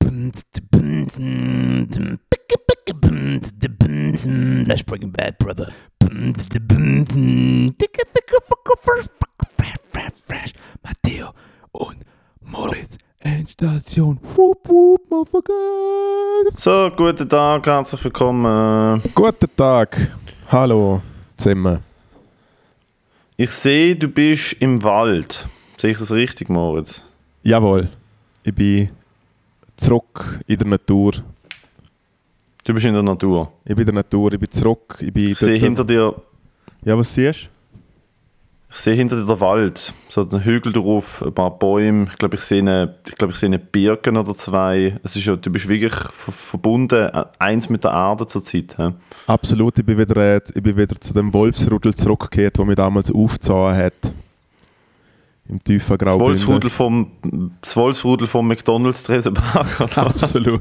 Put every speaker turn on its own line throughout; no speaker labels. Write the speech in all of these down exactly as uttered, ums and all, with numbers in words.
That's Breaking Bad, brother. Matteo und Moritz, Endstation. Wup, wup, motherfuckers.
So, guten Tag, herzlich willkommen.
Guten Tag. Hallo zusammen.
Ich sehe, du bist im Wald. Sehe ich das richtig, Moritz?
Jawohl. Ich bin zurück in der Natur.
Du bist in der Natur.
Ich bin in der Natur, ich bin zurück. Ich, bin
Ich sehe hinter dir...
Ja, was siehst du?
Ich sehe hinter dir den Wald. So einen Hügel drauf, ein paar Bäume. Ich glaube, ich sehe eine, ich glaube, ich sehe eine Birken oder zwei. Es ist ja, du bist wirklich ver- verbunden, eins mit der Erde zurzeit. He?
Absolut, ich bin wieder, äh, ich bin wieder zu dem Wolfsrudel zurückgekehrt, das mich damals aufgezogen hat. Im tiefen
Das
Graubünden.
Wolfsrudel vom, das Wolfsrudel vom McDonalds Tresenberg.
Absolut.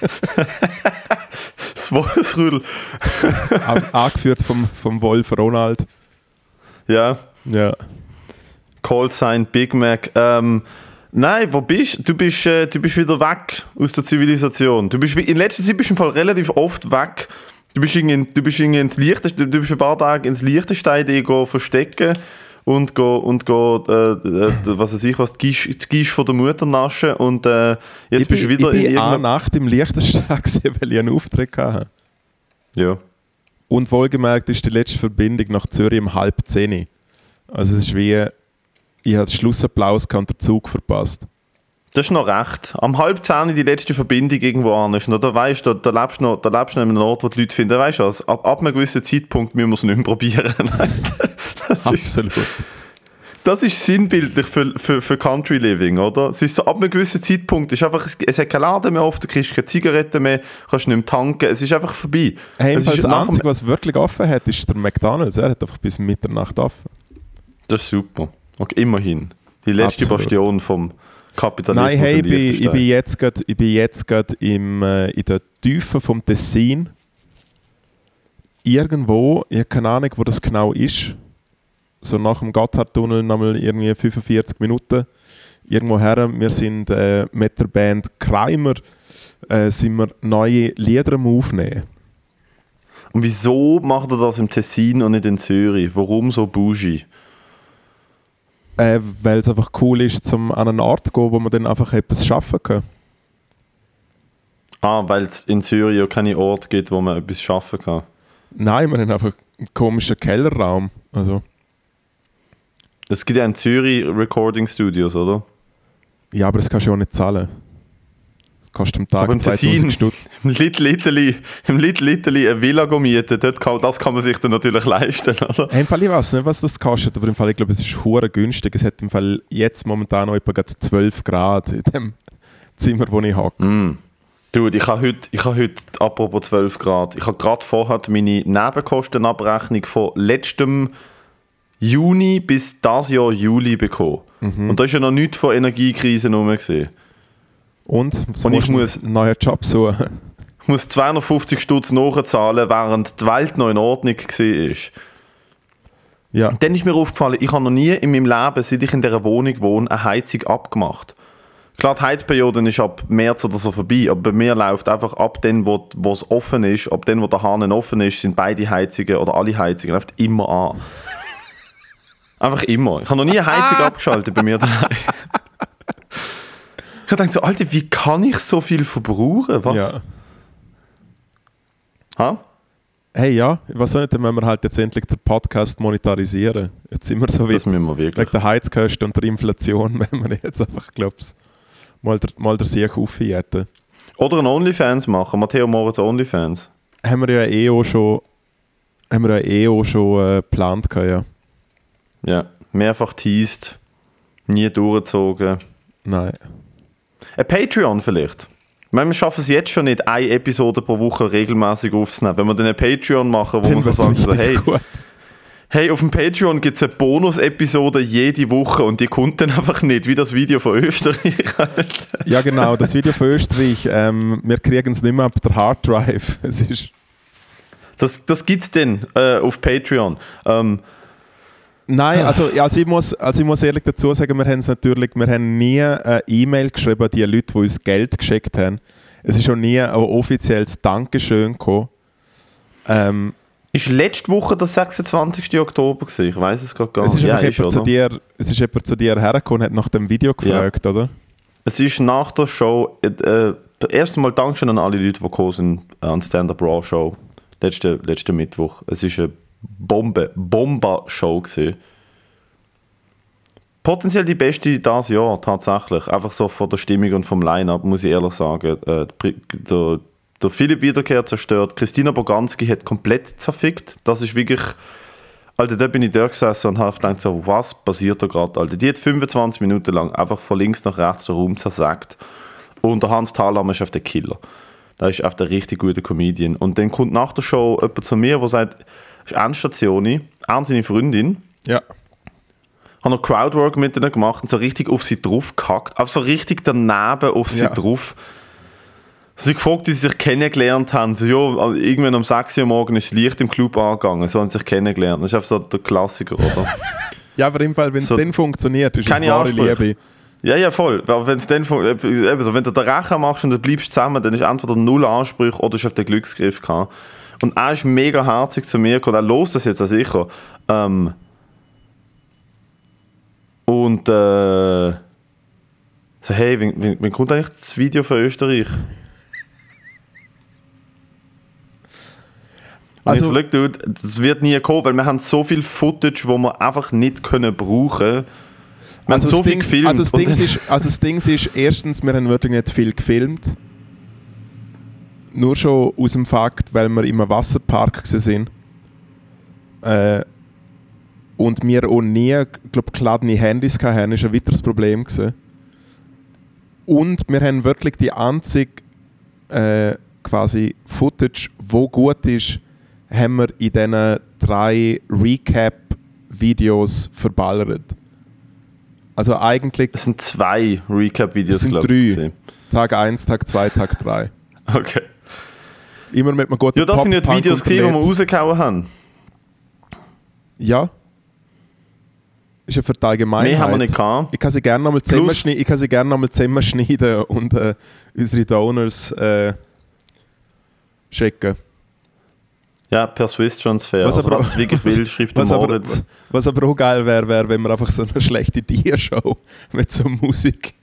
Das Wolfsrudel.
An- Angeführt vom, vom Wolf Ronald.
Ja.
Ja.
Callsign Big Mac. Ähm, nein, wo bist du? Du bist, äh, du bist wieder weg aus der Zivilisation. Du bist, in letzter Zeit bist du im Fall relativ oft weg. Du bist irgendwie, du bist irgendwie ins Liechtenstein, du bist ein paar Tage ins Liechtenstein die go verstecken und go, und go äh, äh, was weiß ich was, die Gisch, die Gisch von der Mutter naschen und äh, jetzt
Ich
bist du
bin,
wieder
ich bin
in
eine
irgendeiner...
Nacht im Liechtenstein gesehen, weil ich einen Auftritt hatte.
Ja.
Und wohlgemerkt ist die letzte Verbindung nach Zürich um halb zehn. Also es ist wie, ich habe den Schlussapplaus und den Zug verpasst.
Das ist noch recht. Am halb zehn die letzte Verbindung irgendwo an ist. Da weißt du, da, da lebst du noch, da lebst du noch an einem Ort, wo die Leute finden, weißt du was, ab, ab einem gewissen Zeitpunkt müssen wir es nicht mehr probieren. das
Absolut.
Ist, das ist sinnbildlich für, für, für Country Living, oder? Es ist so, ab einem gewissen Zeitpunkt, ist einfach, es hat keinen Laden mehr offen, du kriegst keine Zigaretten mehr, kannst nicht mehr tanken, es ist einfach vorbei.
Hey,
Es
das
ist nach dem-
Einzige, was wirklich offen hat, ist der McDonalds. Er hat einfach bis Mitternacht offen.
Das ist super. Okay, immerhin. Die letzte
Absolut.
Bastion vom Kapitalismus.
Nein, hey, ich
in
bin, ich
Liechtenstein.
bin jetzt gerade, ich bin jetzt gerade im, äh, in der Tiefe vom Tessin. Irgendwo, ich habe keine Ahnung, wo das genau ist. So nach dem Gotthardtunnel nochmal irgendwie fünfundvierzig Minuten. Irgendwo her, wir sind äh, mit der Band Kreimer, äh, sind wir neue Lieder am Aufnehmen.
Und wieso macht er das im Tessin und nicht in Zürich? Warum so bougie?
Äh, weil es einfach cool ist, zum an einen Ort zu gehen, wo man dann einfach etwas schaffen kann.
Ah, weil es in Zürich ja keine Orte gibt, wo man etwas schaffen kann.
Nein, wir haben einfach einen komischen Kellerraum. Also,
Es gibt ja in Zürich Recording Studios, oder?
ja, aber das kannst du ja auch nicht zahlen. Das kostet am Tag
Aber im Tessin,
zweitausend Stutz.
im Little Italy, im Little Italy eine Villa mieten, dort kann, das kann man sich dann natürlich leisten, oder?
Hey, im Fall, ich weiß nicht, was das kostet, aber im Fall, ich glaube, es ist hure günstig. Es hat im Fall jetzt momentan noch etwa gerade zwölf Grad in dem Zimmer, wo ich hocke.
Mm. Dude, ich habe heute, ich habe heute, apropos zwölf Grad, ich habe gerade vorher meine Nebenkostenabrechnung von letztem Juni bis das Jahr Juli bekommen.
Mhm.
Und da ist ja noch nichts von Energiekrise rum gesehen.
Und, so
Und ich
musst du einen neuen Job suchen.
Ich muss zweihundertfünfzig Stutz nachzahlen, während die Welt noch in Ordnung war.
Ja,
Dann ist mir aufgefallen, ich habe noch nie in meinem Leben, seit ich in dieser Wohnung wohne, eine Heizung abgemacht. Klar, die Heizperiode ist ab März oder so vorbei, aber bei mir läuft einfach ab dem, wo wo es offen ist, ab dem, wo der Hahn offen ist, sind beide Heizungen oder alle Heizungen läuft immer an. Einfach immer. Ich habe noch nie eine Heizung abgeschaltet bei mir daheim. Ich habe gedacht so, Alter, wie kann ich so viel verbrauchen? Was?
ja.
Ha?
Hey, ja, was soll nicht, dann müssen wir halt jetzt endlich den Podcast monetarisieren. Jetzt sind wir so
Das
weit.
müssen wir wirklich.
Wegen der Heizkosten und der Inflation, wenn wir jetzt einfach, glaub's, mal der, mal der Sieg aufjäten.
Oder ein OnlyFans machen, Matteo Moritz OnlyFans.
Haben wir ja eh auch schon, haben wir ja eh auch schon äh, geplant gehabt, ja.
Ja, mehrfach teased, nie durchgezogen.
Nein.
Ein Patreon vielleicht. Ich meine, wir schaffen es jetzt schon nicht, eine Episode pro Woche regelmäßig aufzunehmen. Wenn wir dann ein Patreon machen, wo
Dann
wir so
wird's
sagen, so,
richtig
hey,
gut.
hey, auf dem Patreon gibt es eine Bonus-Episode jede Woche und die kommt dann einfach nicht, wie das Video von Österreich.
Ja genau, das Video von Österreich, ähm, wir kriegen es nicht mehr ab der Harddrive. Es ist
Das, das gibt es dann äh, auf Patreon. Ähm,
Nein, also, also, ich muss, also ich muss ehrlich dazu sagen, wir haben es natürlich, wir haben nie eine E-Mail geschrieben an die Leute, die uns Geld geschickt haben. Es ist auch nie ein offizielles Dankeschön gekommen. Ähm,
ist letzte Woche der sechsundzwanzigsten Oktober gewesen? Ich weiß es gerade gar
nicht. Es ist,
ja,
ist jemand zu dir, es ist jemand zu dir hergekommen und hat nach dem Video gefragt, ja. Oder?
Es ist nach der Show, äh, erst einmal Dankeschön an alle Leute, die gekommen sind an die Stand-Up Raw Show. Letzten letzte Mittwoch. Es ist eine Bombe, Bomba-Show gewesen. Potenziell die beste dieses Jahr, tatsächlich. Einfach so von der Stimmung und vom Line-Up, muss ich ehrlich sagen. Äh, der, der Philipp Wiederkehr zerstört. Christina Boganski hat komplett zerfickt. Das ist wirklich... Alter, da bin ich da gesessen und habe gedacht, so, was passiert da gerade, Alter? Die hat fünfundzwanzig Minuten lang einfach von links nach rechts den Raum zersagt. Und der Hans Thalhammer ist auf der Killer. Da ist auf der richtig gute Comedian. Und dann kommt nach der Show jemand zu mir, der sagt, das ist Endstation, er seine Freundin.
Ja.
Hat noch Crowdwork mit ihnen gemacht und so richtig auf sie drauf gehackt. Auf so richtig daneben auf sie ja. drauf. Sie gefragt, wie sie sich kennengelernt haben. So, ja, irgendwann um sechs Uhr morgens ist das Licht im Club angegangen. So haben sie sich kennengelernt. Das ist einfach so der Klassiker, oder?
Ja, aber im Fall, wenn es so, dann funktioniert, ist es wahre Liebe. Ja,
ja, voll. Wenn's dann, also, wenn du den Rechen machst und du bleibst zusammen, dann ist entweder null Ansprüche oder du hast auf den Glücksgriff gehabt. Und er ist mega herzig zu mir gekommen. Er los das jetzt auch sicher. Ähm, und äh, so, hey, wann, wann kommt eigentlich das Video von Österreich? Also, jetzt, dude, das wird nie kommen, weil wir haben so viel Footage, wo wir einfach nicht können brauchen können. Wir
also
haben so viel
Ding,
gefilmt.
Also das, Ding ist, also das Ding ist, erstens, wir haben wirklich nicht viel gefilmt. Nur schon aus dem Fakt, weil wir im Wasserpark sind. Äh, und wir auch nie, glaube geladene Handys hatten, ist ein weiteres Problem gewesen. Und wir haben wirklich die einzige äh, quasi Footage, wo gut ist, haben wir in diesen drei Recap-Videos verballert. Also eigentlich...
Es sind zwei Recap-Videos,
glaube ich. drei. Tag eins, Tag zwei, Tag drei.
Okay.
Immer mit einem guten
Ja, das Pop, sind ja die Videos, die wir rausgehauen haben.
Ja. Ist ja für die Allgemeinheit.
Mehr haben wir nicht gehabt.
Ich kann sie gerne nochmal zusammenschneiden, ich kann sie gerne nochmal zusammenschneiden und äh, unsere Donors äh, schicken.
Ja, per Swiss Transfer.
Was
also,
aber,
wenn es wirklich will, schreibt der Moritz.
Aber, was aber auch geil wäre, wäre, wenn wir einfach so eine schlechte Dia-Show mit so Musik.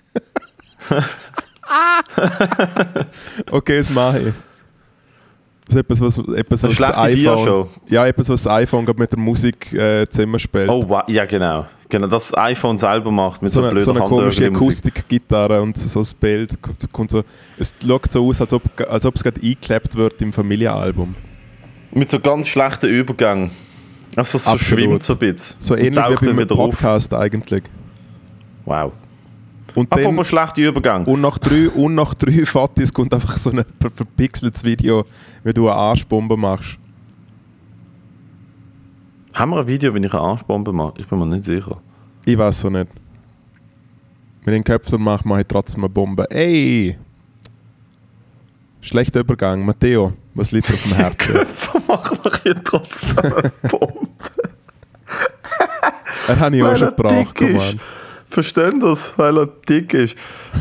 Okay, das mache ich. Also etwas, was, etwas, was das iPhone, ja, etwas, was das iPhone mit der Musik äh, zusammenspielt.
Oh, wow. Ja, genau. Genau, das iPhone selber macht mit so, so einer blöden
so eine komische Akustikgitarre und so das Bild kommt so. Es schaut so aus, als ob, als ob es gerade eingeklebt wird im Familienalbum.
Mit so ganz schlechten Übergängen. Also so
Absolut.
Schwimmt so ein bisschen.
So ähnlich wie beim Podcast auf. Eigentlich.
Wow.
Und
aber
dann,
schlechte Übergang.
Und nach drei, und nach drei Fotos kommt einfach so ein verpixeltes Video, wie du eine Arschbombe machst.
Haben wir ein Video, wenn ich eine Arschbombe mache? Ich bin mir nicht sicher.
Ich weiß so nicht. Wenn ich einen Köpfer mache, mache ich trotzdem eine Bombe. Ey! Schlechter Übergang. Matteo, was liegt dir auf dem Herzen?
Köpfer mache ich hier trotzdem eine Bombe.
Er hat ich auch schon gebracht, Mann.
Verstehen das, weil er dick ist.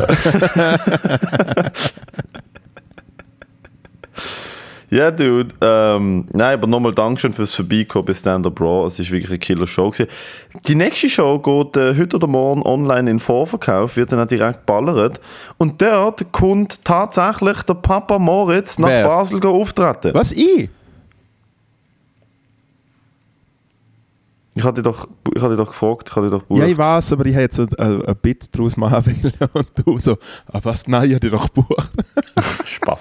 Ja, Dude. Ähm, nein, aber nochmal Dankeschön fürs Vorbeikommen bei Stand-Up Raw. Es war wirklich eine Killer-Show gewesen. Die nächste Show geht äh, heute oder morgen online in Vorverkauf, wird dann auch direkt ballert. Und dort kommt tatsächlich der Papa Moritz nach
Wer?
Basel auftreten.
Was, ich?
Ich hatte dich doch, ich hatte dich doch gefragt, ich hatte dich doch gebucht.
Ja, ich weiß, aber ich hätte jetzt ein, ein Bit daraus machen wollen und du so, ah was, nein, ich habe dich doch gebucht.
Spaß.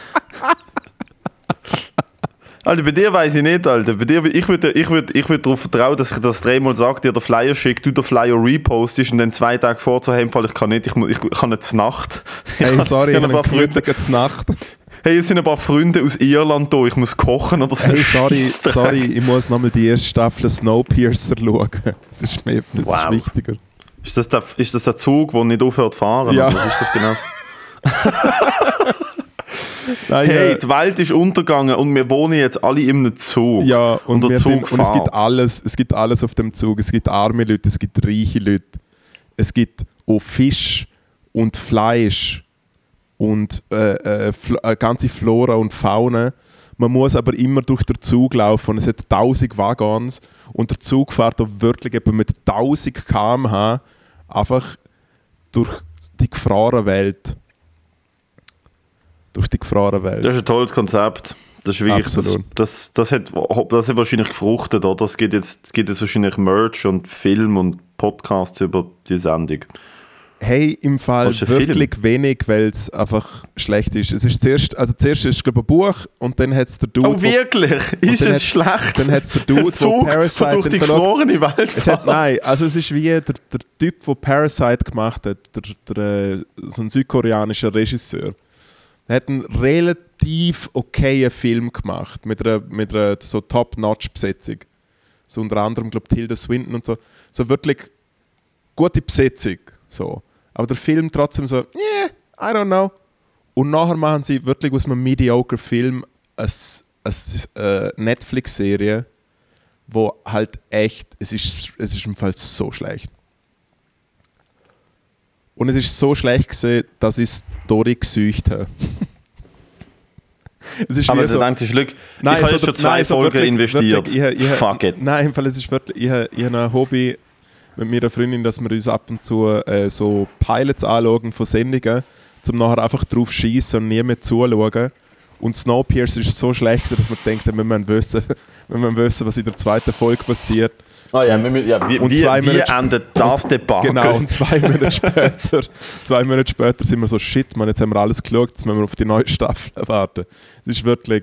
Alter, bei dir weiss ich nicht, Alter. Bei dir, ich würde ich würd, ich würd darauf vertrauen, dass ich das dreimal sage, dir den Flyer schickt, du den Flyer repostest und dann zwei Tage vor zu haben, ich kann nicht, ich, ich kann nicht zur Nacht.
Hey, sorry, ich, ich habe
eine
gemütliche Nacht.
Hey, es sind ein paar Freunde aus Irland da, ich muss kochen oder so.
Hey, sorry, sorry, ich muss nochmal die erste Staffel Snowpiercer schauen. Das ist mir das
wow.
ist wichtiger.
Ist das, der, ist das der Zug, der nicht aufhört zu fahren?
Ja.
Oder was ist das genau?
Nein,
hey,
äh,
die Welt ist untergegangen und wir wohnen jetzt alle in einem Zug.
Ja, und,
und der
wir
Zug
sind, und es
fährt.
gibt alles, es gibt alles auf dem Zug. Es gibt arme Leute, es gibt reiche Leute. Es gibt auch Fisch und Fleisch und äh, äh, Fl- äh, ganze Flora und Fauna. Man muss aber immer durch den Zug laufen und es hat tausend Waggons und der Zug fährt auch wirklich etwa mit tausend Kilometer pro Stunde einfach durch die gefrorene Welt. Durch die gefrorene Welt.
Das ist ein tolles Konzept. Das ist wirklich, das,
Absolut.
das, das, hat, das hat wahrscheinlich gefruchtet, oder? Es gibt jetzt, gibt jetzt wahrscheinlich Merch und Film und Podcasts über die Sendung.
Hey, im Fall
Was ist ein
wirklich wenig, weil es einfach schlecht ist. Es ist zuerst, also zuerst ist glaube ich, ein Buch und dann hat es der Dude...
Oh, wirklich? Ist
dann
es
hat's-
schlecht?
Dann hat es der Dude,
Der
der
Zug
Parasite...
durch die
dann verlag-
gefrorene Welt
Es hat, nein, also es ist wie der, der Typ, der Parasite gemacht hat, der, der, äh, so ein südkoreanischer Regisseur. Er hat einen relativ okayen Film gemacht, mit einer, mit einer so Top-Notch-Besetzung. So unter anderem, glaube ich, Tilda Swinton und so. So wirklich gute Besetzung. So. Aber der Film trotzdem so, yeah, I don't know. Und nachher machen sie wirklich aus einem mediocre Film eine, eine äh, Netflix-Serie, wo halt echt, es ist, es ist im Fall so schlecht. Und es ist so schlecht gewesen, dass ich es durchgesucht habe. Es ist
Aber
wie
du
so,
denkst, Glück,
nein,
ich habe
so
jetzt schon
der-
zwei
nein, so
Folgen
wirklich-
investiert.
wirklich, ich, ich,
Fuck it.
Nein, im Fall, es ist wirklich, ich, ich habe ein Hobby mit meiner Freundin, dass wir uns ab und zu äh, so Pilots anschauen von Sendungen, um nachher einfach drauf schießen und nie mehr zuschauen. Und Snowpiercer ist so schlecht, dass man denkt, wir müssen wissen, wir müssen wissen, was in der zweiten Folge passiert.
Ah ja, wir, müssen- ja, wie,
und
wie,
zwei
wie
Monate sp-
endet das Debakel?
Genau, und zwei Monate später, zwei Monate später sind wir so, shit, man, jetzt haben wir alles geschaut, jetzt müssen wir auf die neue Staffel warten. Es ist wirklich,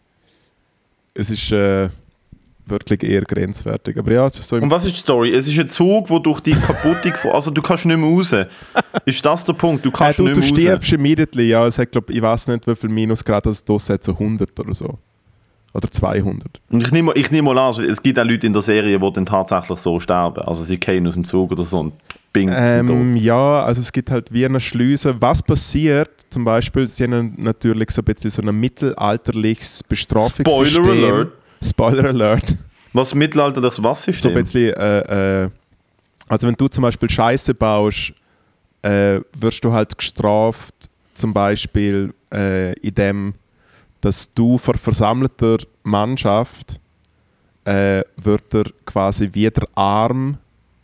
es ist äh, wirklich eher grenzwertig. Aber ja, es ist so im
Und was ist die Story? Es ist ein Zug, der durch die kaputte... Also du kannst nicht mehr raus. Ist das der Punkt? Du
äh,
kannst
du,
nicht
du
mehr raus.
stirbst immediately, ja, es hat, glaub, ich weiß nicht, wie viel Minusgrad es da hat, so hundert oder so. Oder zweihundert.
Und ich nehme, ich nehme mal an, also es gibt auch Leute in der Serie, die dann tatsächlich so sterben. Also sie fallen aus dem Zug oder so und bing, sind
Ähm, ja, also es gibt halt wie eine Schleuse. Was passiert, zum Beispiel, sie haben natürlich so ein bisschen so ein mittelalterliches Bestrafungssystem.
Spoiler Alert.
Spoiler Alert.
tot. Was mittelalterliches
So
Wassystem?
ein bisschen, äh, äh, also wenn du zum Beispiel Scheiße baust, äh, wirst du halt gestraft, zum Beispiel äh, in dem, dass du vor versammelter Mannschaft äh, wird er quasi wie der Arm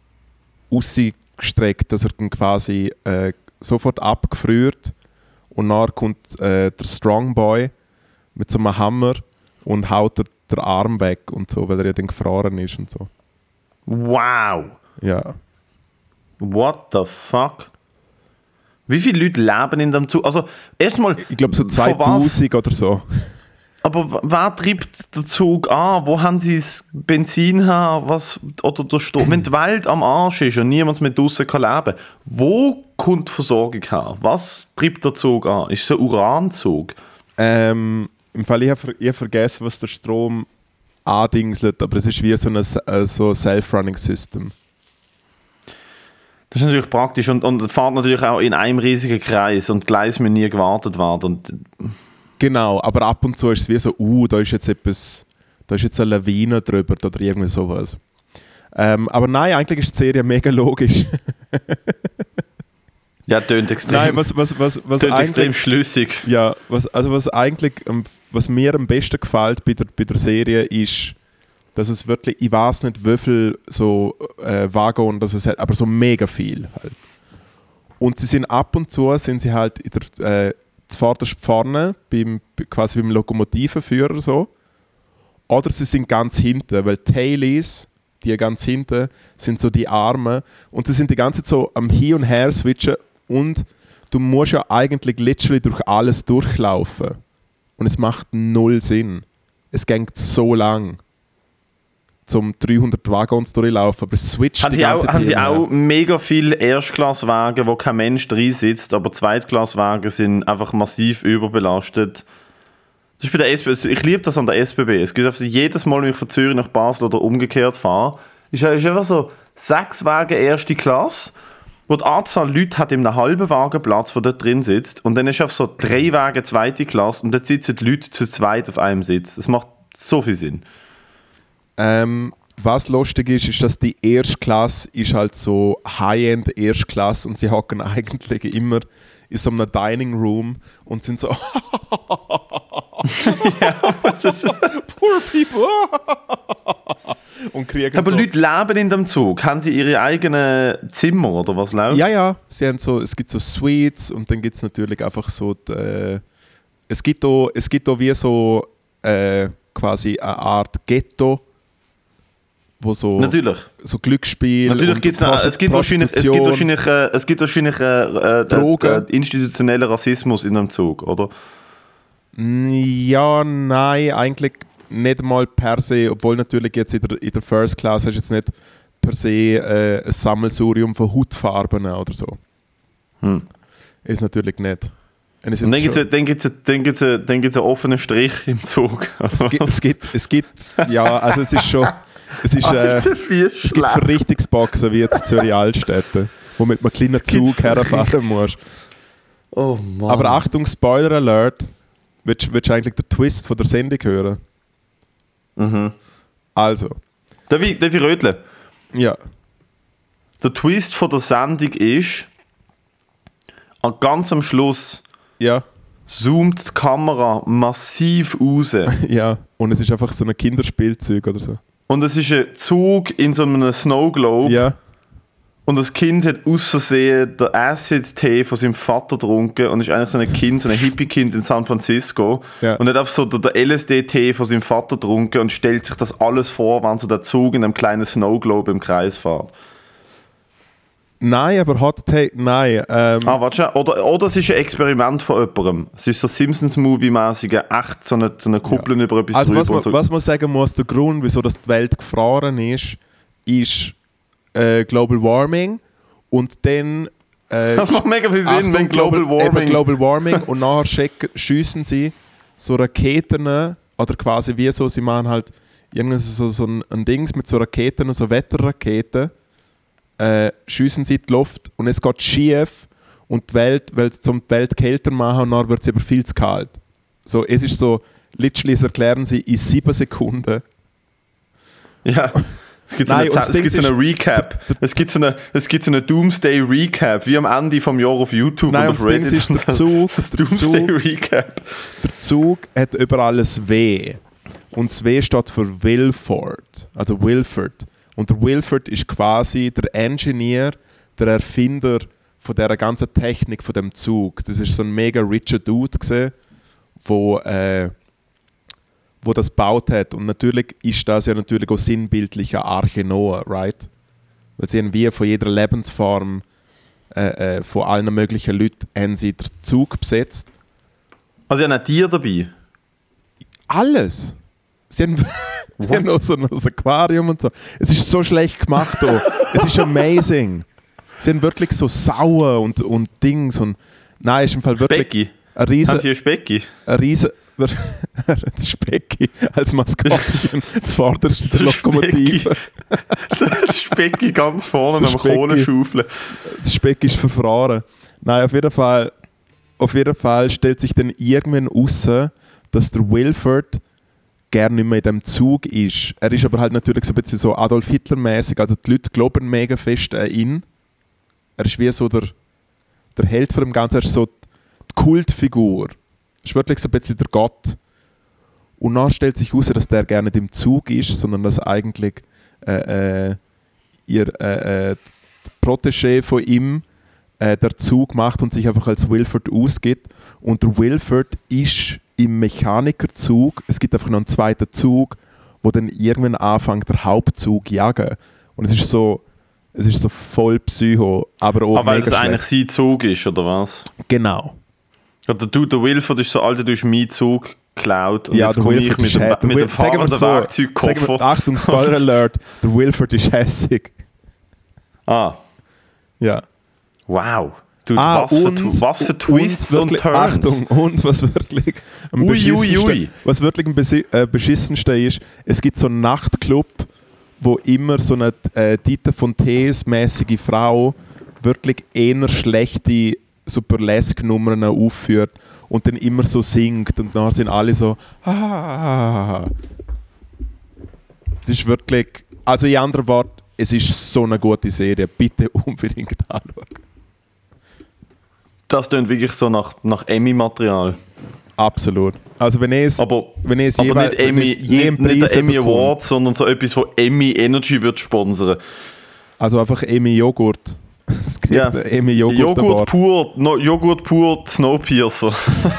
ausgestreckt, dass er dann quasi äh, sofort abgefriert und nachher kommt äh, der Strongboy mit so einem Hammer und haut der, der Arm weg und so, weil er ja dann gefroren ist und so.
Wow.
Ja.
What the fuck? Wie viele Leute leben in dem Zug? Also, erstmal...
Ich glaube so
von
zweitausend oder so.
Aber w- wer treibt den Zug an? Wo haben sie das Benzin her? Was, oder der Strom? Wenn die Welt am Arsch ist und niemand mehr draussen kann leben, wo kommt die Versorgung her? Was treibt der Zug an? Ist es ein Uranzug?
Ähm, Im Fall, ich habe hab vergessen, was der Strom andingselt, aber es ist wie so ein äh, so Self-Running System.
Das ist natürlich praktisch und, und fährt natürlich auch in einem riesigen Kreis und die Gleise müssen nie gewartet werden. Und
Genau, aber ab und zu ist es wie so, uh, da ist jetzt etwas, da ist jetzt eine Lawine drüber oder irgendwie sowas. Ähm, aber nein, eigentlich ist die Serie mega logisch.
ja, tönt extrem,
Nein, was, was, was, was
tönt extrem
eigentlich,
schlüssig.
ja, was, also was eigentlich, ähm, was mir am besten gefällt bei der, bei der Serie ist, dass es wirklich, ich weiß nicht, wie viel so äh, Waggon das es hat, aber so mega viel halt. Und sie sind ab und zu, sind sie halt in der, äh, zuvorderst vorne, beim, quasi beim Lokomotivenführer so. Oder sie sind ganz hinten, weil Tailies, die ganz hinten, sind so die Arme. Und sie sind die ganze Zeit so am Hin und Her switchen und du musst ja eigentlich literally durch alles durchlaufen. Und es macht null Sinn. Es geht so lang, zum dreihundert Waggons durchlaufen, aber es switcht
Haben
die
sie
ganze
auch,
Zeit
haben sie
hin und her.
auch mega viele Erstklasswagen, wo kein Mensch drin sitzt, aber Zweitklasswagen sind einfach massiv überbelastet. Das ist bei der S B B. Ich liebe das an der S B B. Es gibt also jedes Mal, wenn ich von Zürich nach Basel oder umgekehrt fahre, ist, ist einfach so sechs Wagen erste Klasse wo die Anzahl Leute hat in einem halben Wagenplatz, der dort drin sitzt, und dann ist auf so drei Wagen zweite Klasse und dort sitzen die Leute zu zweit auf einem Sitz. Das macht so viel Sinn.
Ähm, was lustig ist, ist, dass die erste Klasse ist halt so High-End Erstklasse und sie hocken eigentlich immer in so einem Dining Room und sind so
Ja,
Poor people und kriegen
aber
so,
Leute leben in dem Zug. Haben sie ihre eigenen Zimmer oder was läuft?
ja, ja, sie haben so, es gibt so Suites und dann gibt es natürlich einfach so die, äh, es gibt auch, es gibt auch wie so äh, quasi eine Art Ghetto, wo so,
Natürlich.
so Glücksspiel
Natürlich
und
gibt's noch, es gibt wahrscheinlich, es gibt wahrscheinlich, äh, es gibt wahrscheinlich äh, äh,
Drogen.
äh, institutionellen Rassismus in einem Zug, oder?
Ja, nein, eigentlich nicht mal per se, obwohl natürlich jetzt in der, in der First Class hast du jetzt nicht per se äh, ein Sammelsurium von Hautfarben oder so.
Hm.
Ist natürlich nicht. Und,
Und dann gibt es dann gibt's, dann gibt's, dann gibt's einen offenen Strich im Zug.
es, gibt, es, gibt, es gibt, ja, also es ist schon, es ist, äh,
Alter, wie
es gibt
schlecht.
Verrichtungsboxen wie jetzt Zürich Altstädte, wo mit einem kleinen Zug herfahren musst.
Oh Mann.
Aber Achtung, Spoiler Alert, willst, willst du eigentlich den Twist von der Sendung hören?
Mhm.
Also,
Darf ich, darf ich röteln?
ja,
Der Twist von der Sendung ist, an ganz am Schluss
ja,
zoomt die Kamera massiv raus.
ja, und es ist einfach so ein Kinderspielzeug oder so.
Und es ist ein Zug in so einem Snow Globe.
Ja,
Und das Kind hat aus Versehen den Acid-Tee von seinem Vater getrunken und ist eigentlich so ein Kind, so ein Hippie-Kind in San Francisco.
Ja.
Und hat einfach so den L S D-Tee von seinem Vater getrunken und stellt sich das alles vor, wenn so der Zug in einem kleinen Snow Globe im Kreis fährt.
nein, aber Hot Take, nein. Ähm,
Ah, warte schon. Oder, oder es ist ein Experiment von jemandem. Es ist so Simpsons-Movie-mäßig echt so eine, so eine Kuppel
ja.
über etwas
Also
drüber.
was man,
und so.
was man sagen muss, der Grund, wieso das die Welt gefroren ist, ist äh, Global Warming und dann äh,
Das macht mega viel Sinn,
Achtung,
wenn Global
eben
Warming...
Global Warming und nachher schiessen sie so Raketen oder quasi wie so, sie machen halt irgendwie so, so ein, ein Dings mit so Raketen, so Wetterraketen, äh, schiessen sie in die Luft und es geht schief und die Welt, weil sie zum die Welt kälter machen und dann wird es aber viel zu kalt. So, es ist so, literally, das erklären sie in sieben Sekunden.
Ja. Es gibt so
Nein,
eine,
und das
es gibt
Ding
so eine Recap. Es gibt so eine, es gibt so eine Doomsday Recap, wie am Ende vom Jahr auf YouTube
Nein,
und auf
und das Ding
Reddit.
ist, der Zug,
das
der
Doomsday
Zug,
Recap.
der Zug hat überall ein W. Und das W steht für Wilford. Also Wilford. Und der Wilford ist quasi der Engineer, der Erfinder von dieser ganzen Technik von dem Zug. Das ist so ein mega richer Dude gewesen, wo, äh, wo das gebaut hat. Und natürlich ist das ja natürlich auch sinnbildlich eine Arche Noah, right? Weil sie haben wie von jeder Lebensform, äh, äh, von allen möglichen Leuten, haben sie den Zug besetzt.
Also, ja, ein Tier dabei.
Alles. Sie haben, sie haben auch so ein Aquarium und so. Es ist so schlecht gemacht hier. Es ist amazing. Sie haben wirklich so Sauer und, und Dings. Und, nein, es ist im Fall wirklich
Specki.
ein riesen...
Haben Sie ein Specki?
Ein riesen das Specki als Maskottchen zuvorderst der Lokomotive.
Das Specki ganz vorne
Der
am
Specki.
Kohlenschaufeln.
Das Specki ist verfroren. Nein, auf jeden Fall, auf jeden Fall stellt sich dann irgendwann raus, dass der Wilford gerne nicht mehr in diesem Zug ist. Er ist aber halt natürlich so ein bisschen so Adolf Hitler-mäßig, also die Leute glauben mega fest an ihn. Er ist wie so der, der Held von dem Ganzen, er ist so die Kultfigur. Er ist wirklich so ein bisschen der Gott. Und dann stellt sich heraus, dass der gerne nicht im Zug ist, sondern dass eigentlich äh, äh, ihr äh, äh, Protégé von ihm äh, der Zug macht und sich einfach als Wilford ausgibt. Und der Wilford ist im Mechanikerzug, es gibt einfach noch einen zweiten Zug, wo dann irgendwann anfängt, der Hauptzug zu jagen. Und es ist so, es ist so voll Psycho, aber auch
Aber weil
mega
es eigentlich
schlecht.
sein Zug ist, oder was?
Genau.
Ja, der Dude, der Wilford ist so, Alter, du hast meinen Zug geklaut und
Ja,
jetzt
der
komme ich
Wilford
mit
ist
dem,
hä-
mit
der
dem
Wil- sagen wir
fahrenden
so, sagen wir,
Werkzeugkoffer.
Achtung, Spoiler Alert, der Wilford ist hässig.
Ah,
Ja.
wow. Dude,
Ah,
was, für,
und,
Tu- was für
und
Twists und,
wirklich,
Turns.
Achtung, und was wirklich am
Ui, ui,
beschissensten,
ui.
was wirklich am besi- äh, beschissensten ist, es gibt so einen Nachtclub, wo immer so eine äh, Dieter von Tees mäßige Frau, wirklich eher schlechte so Burlesque-Nummern aufführt und dann immer so singt und dann sind alle so ah. Es ist wirklich, also in anderen Worten, es ist so eine gute Serie, bitte unbedingt anschauen.
Das klingt wirklich so nach, nach Emmy-Material.
Absolut. Also wenn es,
aber
wenn es
aber
jeweils,
nicht, Emmy,
wenn es je
nicht, nicht der Emmy
bekommt,
Award, sondern so etwas, wo Emmy Energy wird sponsern.
Also einfach Emmy Joghurt. Es gibt
Ja.
Emmy Joghurt,
Joghurt
Award.
pur, no, Joghurt pur Snowpiercer.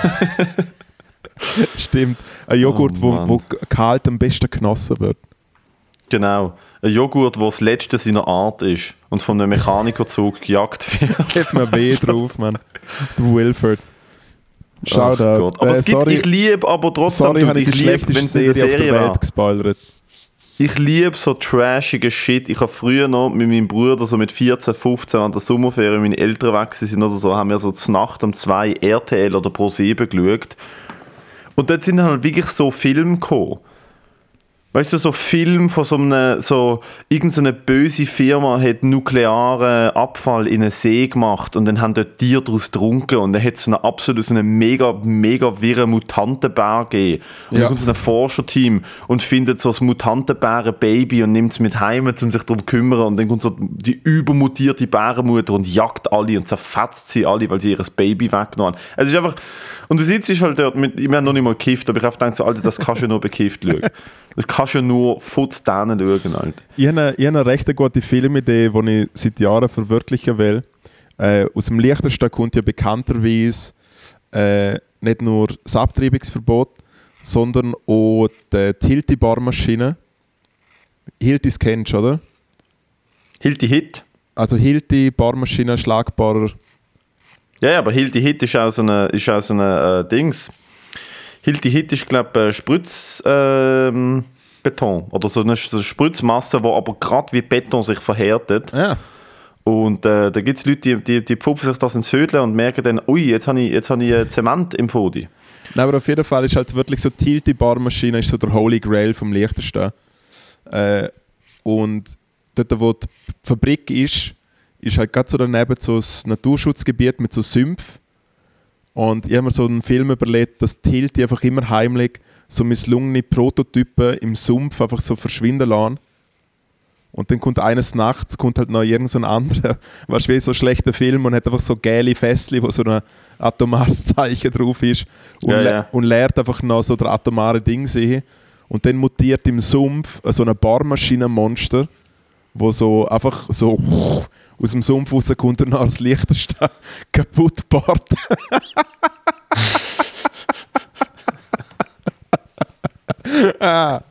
Stimmt. Ein Joghurt,
Oh,
wo,
Mann.
wo kalt am besten genossen wird.
Genau. Ein Joghurt, der das letzte seiner Art ist und von einem Mechanikerzug gejagt wird.
Hat mir weh drauf, Mann. Der Wilford.
Ach
Shoutout.
Gott. Aber
Äh,
es gibt,
sorry,
ich liebe aber trotzdem,
sorry,
du,
habe ich die
ich liebe,
schlechteste
wenn es eine
Serie auf der
Serie
Welt
war.
gespoilert.
Ich liebe so trashige Shit. Ich habe früher noch mit meinem Bruder so mit vierzehn, fünfzehn an der Sommerferien, meine Eltern weg sind oder so, haben wir so zur Nacht um zwei R T L oder Pro sieben geschaut. Und dort sind halt wirklich so Filme gekommen. Weißt du, so Film von so einer, so, irgendeine böse Firma hat nuklearen Abfall in einen See gemacht und dann haben dort Tiere daraus getrunken und dann hat es so einen absolut so einen mega, mega wirren Mutantenbär gegeben. Und
Ja.
dann kommt so ein Forscherteam und findet so das Mutantenbären-Baby und nimmt es mit heim, um sich darum zu kümmern und dann kommt so die übermutierte Bärenmutter und jagt alle und zerfetzt sie alle, weil sie ihr Baby weggenommen haben. Es ist einfach, und du sitzt halt dort mit, ich habe noch nicht mal gekifft, aber ich habe gedacht so, Alter, das kannst du nur bekifft schauen. Du kannst ja nur Futz denen schauen, Alter.
Ich habe eine, ich habe eine recht gute Filmidee, die ich seit Jahren verwirklichen will. Äh, aus dem Liechtenstein kommt ja bekannterweise äh, nicht nur das Abtreibungsverbot, sondern auch die Hilti-Barmaschine. Hiltis kennst du, oder?
Hilti Hit.
Also Hilti, Barmaschine, schlagbarer.
Ja, ja, aber Hilti Hit ist auch so eine, ist auch so eine äh, Dings. Hilti Hit ist, glaube ich, äh, Spritzbeton. Ähm, oder so eine, so eine Spritzmasse, die aber gerade wie Beton sich verhärtet.
Ja.
Und äh, da gibt es Leute, die, die, die pfupfen sich das ins Hödle und merken dann, ui, jetzt habe ich, jetzt hab ich äh, Zement im Fodi.
Nein, aber auf jeden Fall ist halt wirklich so die Hilti-Barmaschine ist so der Holy Grail vom Liechtenstein. Äh, und dort, wo die Fabrik ist, ist halt gerade so daneben so ein Naturschutzgebiet mit so Sümpf. Und ich habe mir so einen Film überlegt, dass die Hilti einfach immer heimlich so misslungene Prototypen im Sumpf einfach so verschwinden lassen. Und dann kommt eines Nachts kommt halt noch irgendein anderer, weißt du, wie so ein schlechter Film und hat einfach so gelbe Fässchen, wo so ein atomares Zeichen drauf ist und,
Ja,
le-
ja.
und lernt einfach noch so der atomare Ding sehen. Und dann mutiert im Sumpf so ein Barmaschinenmonster, wo so einfach so aus dem Sumpf rauskommt und nach das Liechtenstein kaputt bohrt. ah.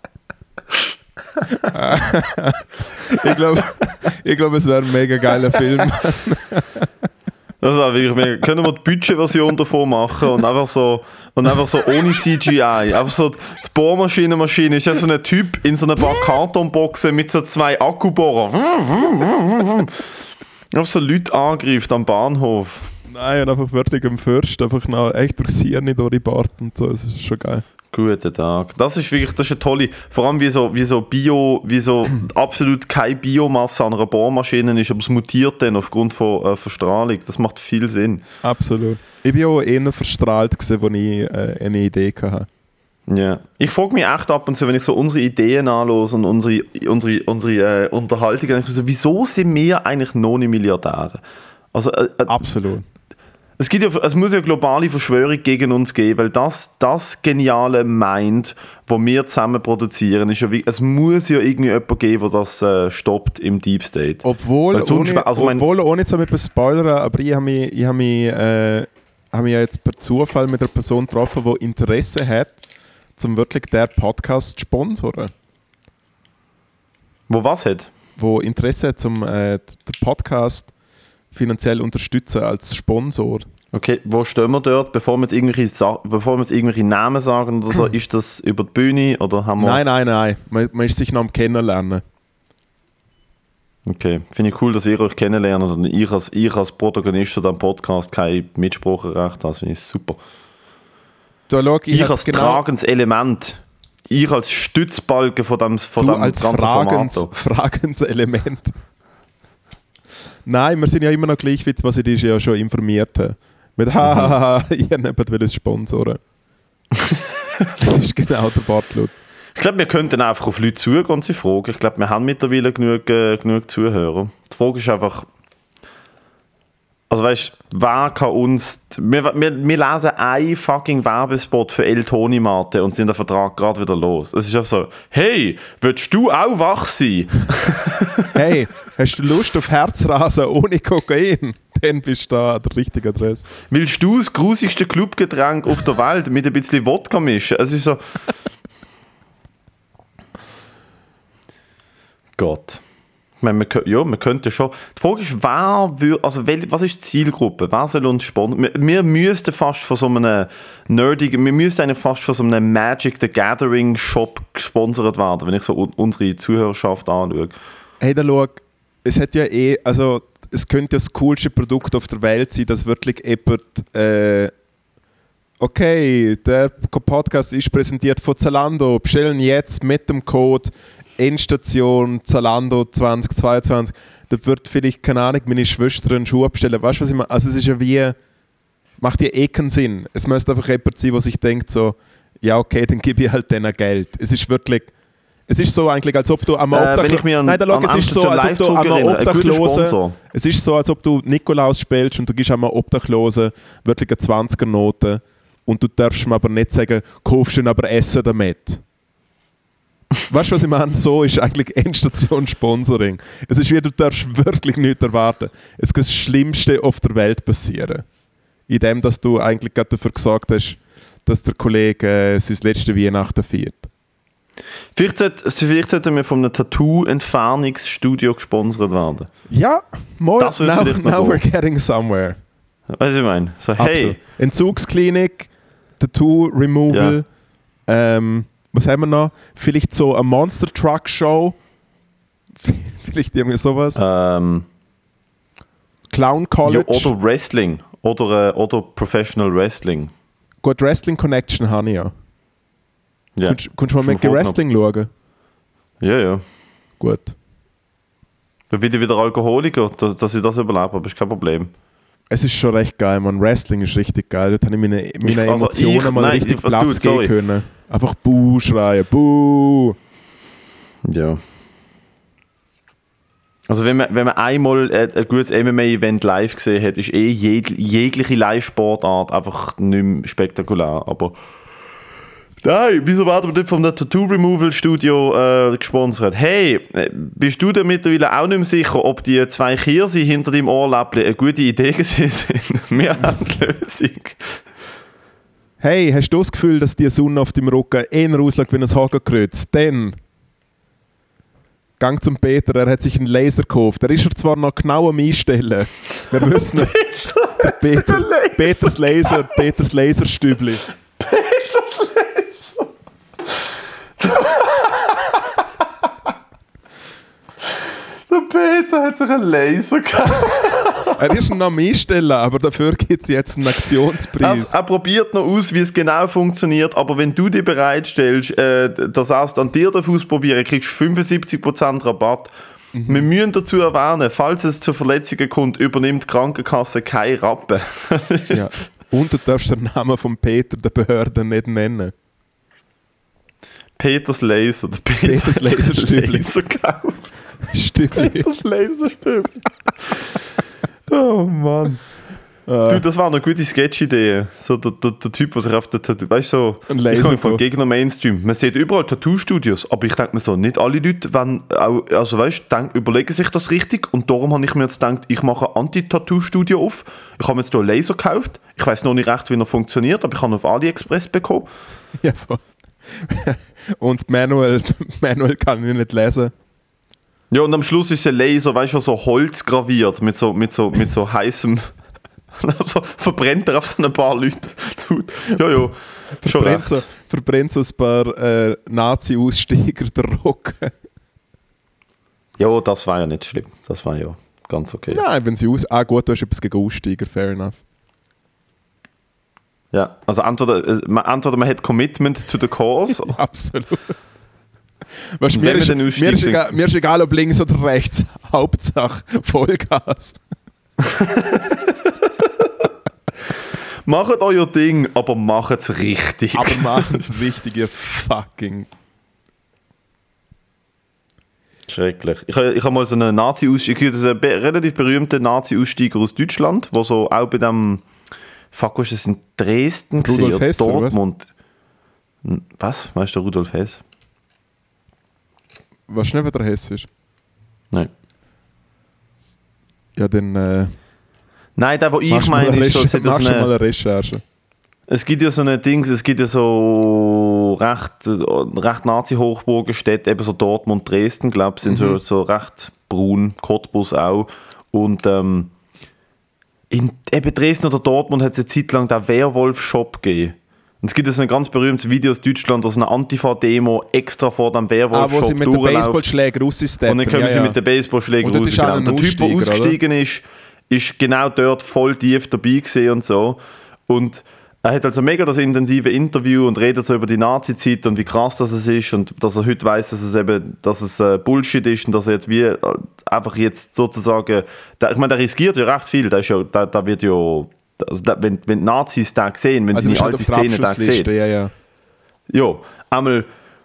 ich glaube, ich glaub, es wäre ein mega geiler Film.
Das war wirklich mega. Können wir die Budgetversion davon machen und einfach so, und einfach so ohne C G I. Einfach so die Bohrmaschinenmaschine ist ja so ein Typ in so einer paar Kartonboxen mit so zwei Akkubohrern. Einfach so Leute angreift am Bahnhof.
Nein, und einfach wirklich am Fürst, einfach noch echt durchs Hirn durch die Bart und so, das ist schon geil.
Guten Tag. Das ist wirklich, das ist eine tolle, vor allem wie so, wie so Bio, wie so absolut keine Biomasse an einer Bohrmaschine ist, aber es mutiert dann aufgrund von äh, Verstrahlung. Das macht viel Sinn.
Absolut. Ich bin auch eher verstrahlt gewesen, als ich äh, eine Idee hatte.
Ja. Ich frage mich echt ab und zu, wenn ich so unsere Ideen anlose und unsere, unsere, unsere äh, Unterhaltungen, so, wieso sind wir eigentlich noch nicht Milliardäre? Also, äh, äh,
Absolut.
Es, gibt ja, es muss ja eine globale Verschwörung gegen uns geben, weil das, das geniale Mind, das wir zusammen produzieren, ist ja wie, es muss ja irgendwie jemanden geben, der das äh, stoppt im Deep State.
Obwohl,
Weil sonst
ohne,
wär- also mein-
obwohl ohne jetzt mit spoilern, aber ich habe mich, ich hab mich, äh, hab mich ja jetzt per Zufall mit einer Person getroffen, die Interesse hat, zum wirklich der Podcast zu sponsoren.
Wo was hat?
Wo Interesse hat, zum äh, den Podcast finanziell unterstützen als Sponsor.
Okay, wo stehen wir dort, bevor wir jetzt irgendwelche, Sa- bevor wir jetzt irgendwelche Namen sagen oder so, ist das über die Bühne oder haben wir...
Nein, nein, nein. Man, man ist sich noch am Kennenlernen.
Okay, finde ich cool, dass ihr euch kennenlernt und ich als, ich als Protagonist von diesem Podcast kein Mitspracherecht habe, das finde ich super.
Da, schau, ich
Ich,
hab
als
genau,
tragendes Element, ich als Stützbalken von dem, von
du
dem
als
ganzen
fragens,
Format.
fragens Element. Nein, wir sind ja immer noch gleich fit, was ich dich ja schon informiert habe. Mit hahaha, ihr nehmt will es sponsoren. Das ist genau der Bartlut.
Ich glaube, wir könnten einfach auf Leute zugehen und sie fragen. Ich glaube, wir haben mittlerweile genug, äh, genug Zuhörer. Die Frage ist einfach, also weißt du, wer kann uns, wir, wir, wir lesen einen fucking Werbespot für El Toni Mate und sind den Vertrag gerade wieder los. Es ist einfach so, hey, willst du auch wach sein?
Hey, hast du Lust auf Herzrasen ohne Kokain? Dann bist du da an der richtigen Adresse.
Willst du das grusigste Clubgetränk auf der Welt mit ein bisschen Wodka mischen? Es ist so... Gott. Ich meine, wir, ja, wir könnten schon... Die Frage ist, wer würde... Also, was ist die Zielgruppe? Wer soll uns sponsern? Wir, wir müssten fast von so einem nerdigen... Wir müssten eigentlich fast von so einem Magic the Gathering Shop gesponsert werden, wenn ich so unsere Zuhörerschaft anschaue.
Hey, da schau, es hat ja eh... Also, es könnte das coolste Produkt auf der Welt sein, dass wirklich jemand... Äh, okay, der Podcast ist präsentiert von Zalando. Bestellen jetzt mit dem Code Endstation Zalando zwanzig zweiundzwanzig. Da wird vielleicht, keine Ahnung, meine Schwester einen Schuh bestellen. Weißt du, was ich meine? Also es ist ja wie... Macht ja eh keinen Sinn. Es müsste einfach jemand sein, der sich denkt so, ja okay, dann gebe ich halt denen Geld. Es ist wirklich... Es ist so eigentlich, als ob du am Obdachlosen...
Äh,
Nein, da schau, es ist so, als ob du am Obdachlosen... Es ist so, als ob du Nikolaus spielst und du gibst am Obdachlosen wirklich eine zwanziger-Note und du darfst mir aber nicht sagen, kaufst du ihn aber Essen damit. Weißt du, was ich meine? So ist eigentlich Endstation-Sponsoring. Es ist wie, du darfst wirklich nichts erwarten. Es kann das Schlimmste auf der Welt passieren. Indem, dass du eigentlich gerade dafür gesagt hast, dass der Kollege äh, sein letzte Weihnachten feiert.
Vielleicht, sollte, vielleicht sollten wir von einem Tattoo-Entfernungsstudio gesponsert werden.
Ja, mal,
das
now, now we're getting somewhere.
Weißt du, ich meine? So, hey.
Absolut. Entzugsklinik, Tattoo-Removal, ja. ähm, was haben wir noch? Vielleicht so eine Monster Truck Show. Vielleicht irgendwie sowas.
Ähm,
Clown College.
Ja, oder Wrestling. Oder, äh, oder Professional Wrestling.
Gut, Wrestling Connection habe ich ja.
Ja.
Kannst du mal mit Wrestling schauen?
Ja, ja.
Gut.
Dann bin ich wieder Alkoholiker, dass, dass ich das überlebe, aber ist kein Problem.
Es ist schon recht geil, man. Wrestling ist richtig geil. Dort habe ich meine, meine
ich, also
Emotionen
ich,
mal
nein,
richtig
ich,
Platz
du,
geben können. Einfach Buh schreien. Buh!
Ja. Also wenn man, wenn man einmal ein gutes M M A-Event live gesehen hat, ist eh jeg, jegliche Live-Sportart einfach nicht mehr spektakulär. Aber nein, wieso werden wir nicht vom Tattoo-Removal-Studio äh, gesponsert? Hey, bist du dir mittlerweile auch nicht mehr sicher, ob die zwei Kirse hinter deinem Ohrläppchen eine gute Idee gewesen sind? Wir haben die Lösung.
Hey, hast du das Gefühl, dass die Sonne auf deinem Rücken eher aussieht wie ein Hakenkreuz? Dann gang zum Peter, er hat sich einen Laser gekauft. Der ist er zwar noch genau am Einstellen. Wir wissen nicht. Peter, Peters Laser, Peters Laserstübli.
Peters Laser. Der Peter hat sich einen Laser gehabt.
Er ist noch am Einstellen, aber dafür gibt es jetzt einen Aktionspreis.
Also, er probiert noch aus, wie es genau funktioniert, aber wenn du dich bereitstellst, äh, das heißt, an dir den Fuß probieren, kriegst du fünfundsiebzig Prozent Rabatt. Mhm. Wir müssen dazu erwähnen, falls es zu Verletzungen kommt, übernimmt die Krankenkasse keine Rappen.
Ja. Und du darfst den Namen von Peter der Behörde nicht nennen.
Peters Laser. Der Peter
Peters Laserstübli.
Laser gekauft.
Stübli.
Peters Laserstübli. Oh Mann.
Äh.
Du, das war eine gute Sketch-Idee. So der, der, der Typ, der sich auf der Tattoo... Weißt du, so,
ein Laser
ich komme vom Gegner Mainstream. Man sieht überall Tattoo-Studios, aber ich denke mir so, nicht alle Leute, wenn, auch, also weißt du, überlegen sich das richtig und darum habe ich mir jetzt gedacht, ich mache ein Anti-Tattoo-Studio auf. Ich habe mir jetzt hier einen Laser gekauft. Ich weiß noch nicht recht, wie er funktioniert, aber ich habe ihn auf AliExpress bekommen.
Ja, voll. Und manuell, manuell kann ich nicht lesen.
Ja, und am Schluss ist ein Laser, weißt du, so Holz graviert mit so, mit so, mit so heißem. Also verbrennt er auf so ein paar Leute. Ja, ja. Schon
verbrennt,
recht.
So, verbrennt so ein paar äh, Nazi-Aussteiger der Rock.
Ja, das war ja nicht schlimm. Das war ja ganz okay.
Nein, wenn sie aus. Ah, gut, du hast etwas gegen Aussteiger, fair enough.
Ja, also entweder, entweder man hat Commitment to the cause.
Ja, absolut. Weißt, mir, ist, mir, ist egal, mir ist egal, ob links oder rechts. Hauptsache Vollgas.
Macht euer Ding, aber macht es richtig.
Aber macht es richtig, ihr fucking...
Schrecklich. Ich habe ich hab mal so einen Nazi-Aussteiger, das ist ein be- relativ berühmter Nazi-Aussteiger aus Deutschland, der so auch bei dem, fuck, was ist das in Dresden gesehen
Rudolf
oder
Hess, oder was?
Dortmund. N- Was? Weißt du Rudolf Hess?
Weißt du nicht, wer der Hess ist?
Nein.
Ja, dann... Äh,
Nein, der, wo ich
machst du mal
meine,
eine
ist so, es,
Recher-
hat ja so
machst du mal
eine,
eine Recherche.
es gibt ja so eine Dings, es gibt ja so recht, recht Nazi-Hochburgenstädte, eben so Dortmund, Dresden, glaube ich, sind so, so recht braun, Cottbus auch. Und ähm, in eben Dresden oder Dortmund hat es eine Zeit lang den Werwolf-Shop gegeben. Und es gibt ja so ein ganz berühmtes Video aus Deutschland, dass eine Antifa-Demo extra vor dem
Ah,
Werwolf-Shop
wo sie mit den
durchläuft.
Baseballschlägen raussteppen.
Und dann kommen
ja,
sie
ja.
mit den Baseballschlägen
Und dort
raus.
ist auch
Genau.
ein
Und der Typ, der
Aussteiger,
ausgestiegen ist, ist genau dort voll tief dabei gewesen und so. Und er hat also mega das intensive Interview und redet so über die Nazi-Zeit und wie krass das ist und dass er heute weiss, dass es eben dass es, äh, Bullshit ist und dass er jetzt wie äh, einfach jetzt sozusagen, der, ich meine, der riskiert ja recht viel, der ist ja, der, der wird ja, also der, wenn, wenn die Nazis den sehen, wenn
Also
sie
du
die
bist
alte
halt auf der
Szene den
Abschussliste,
sehen,
ja, ja.
ja, einmal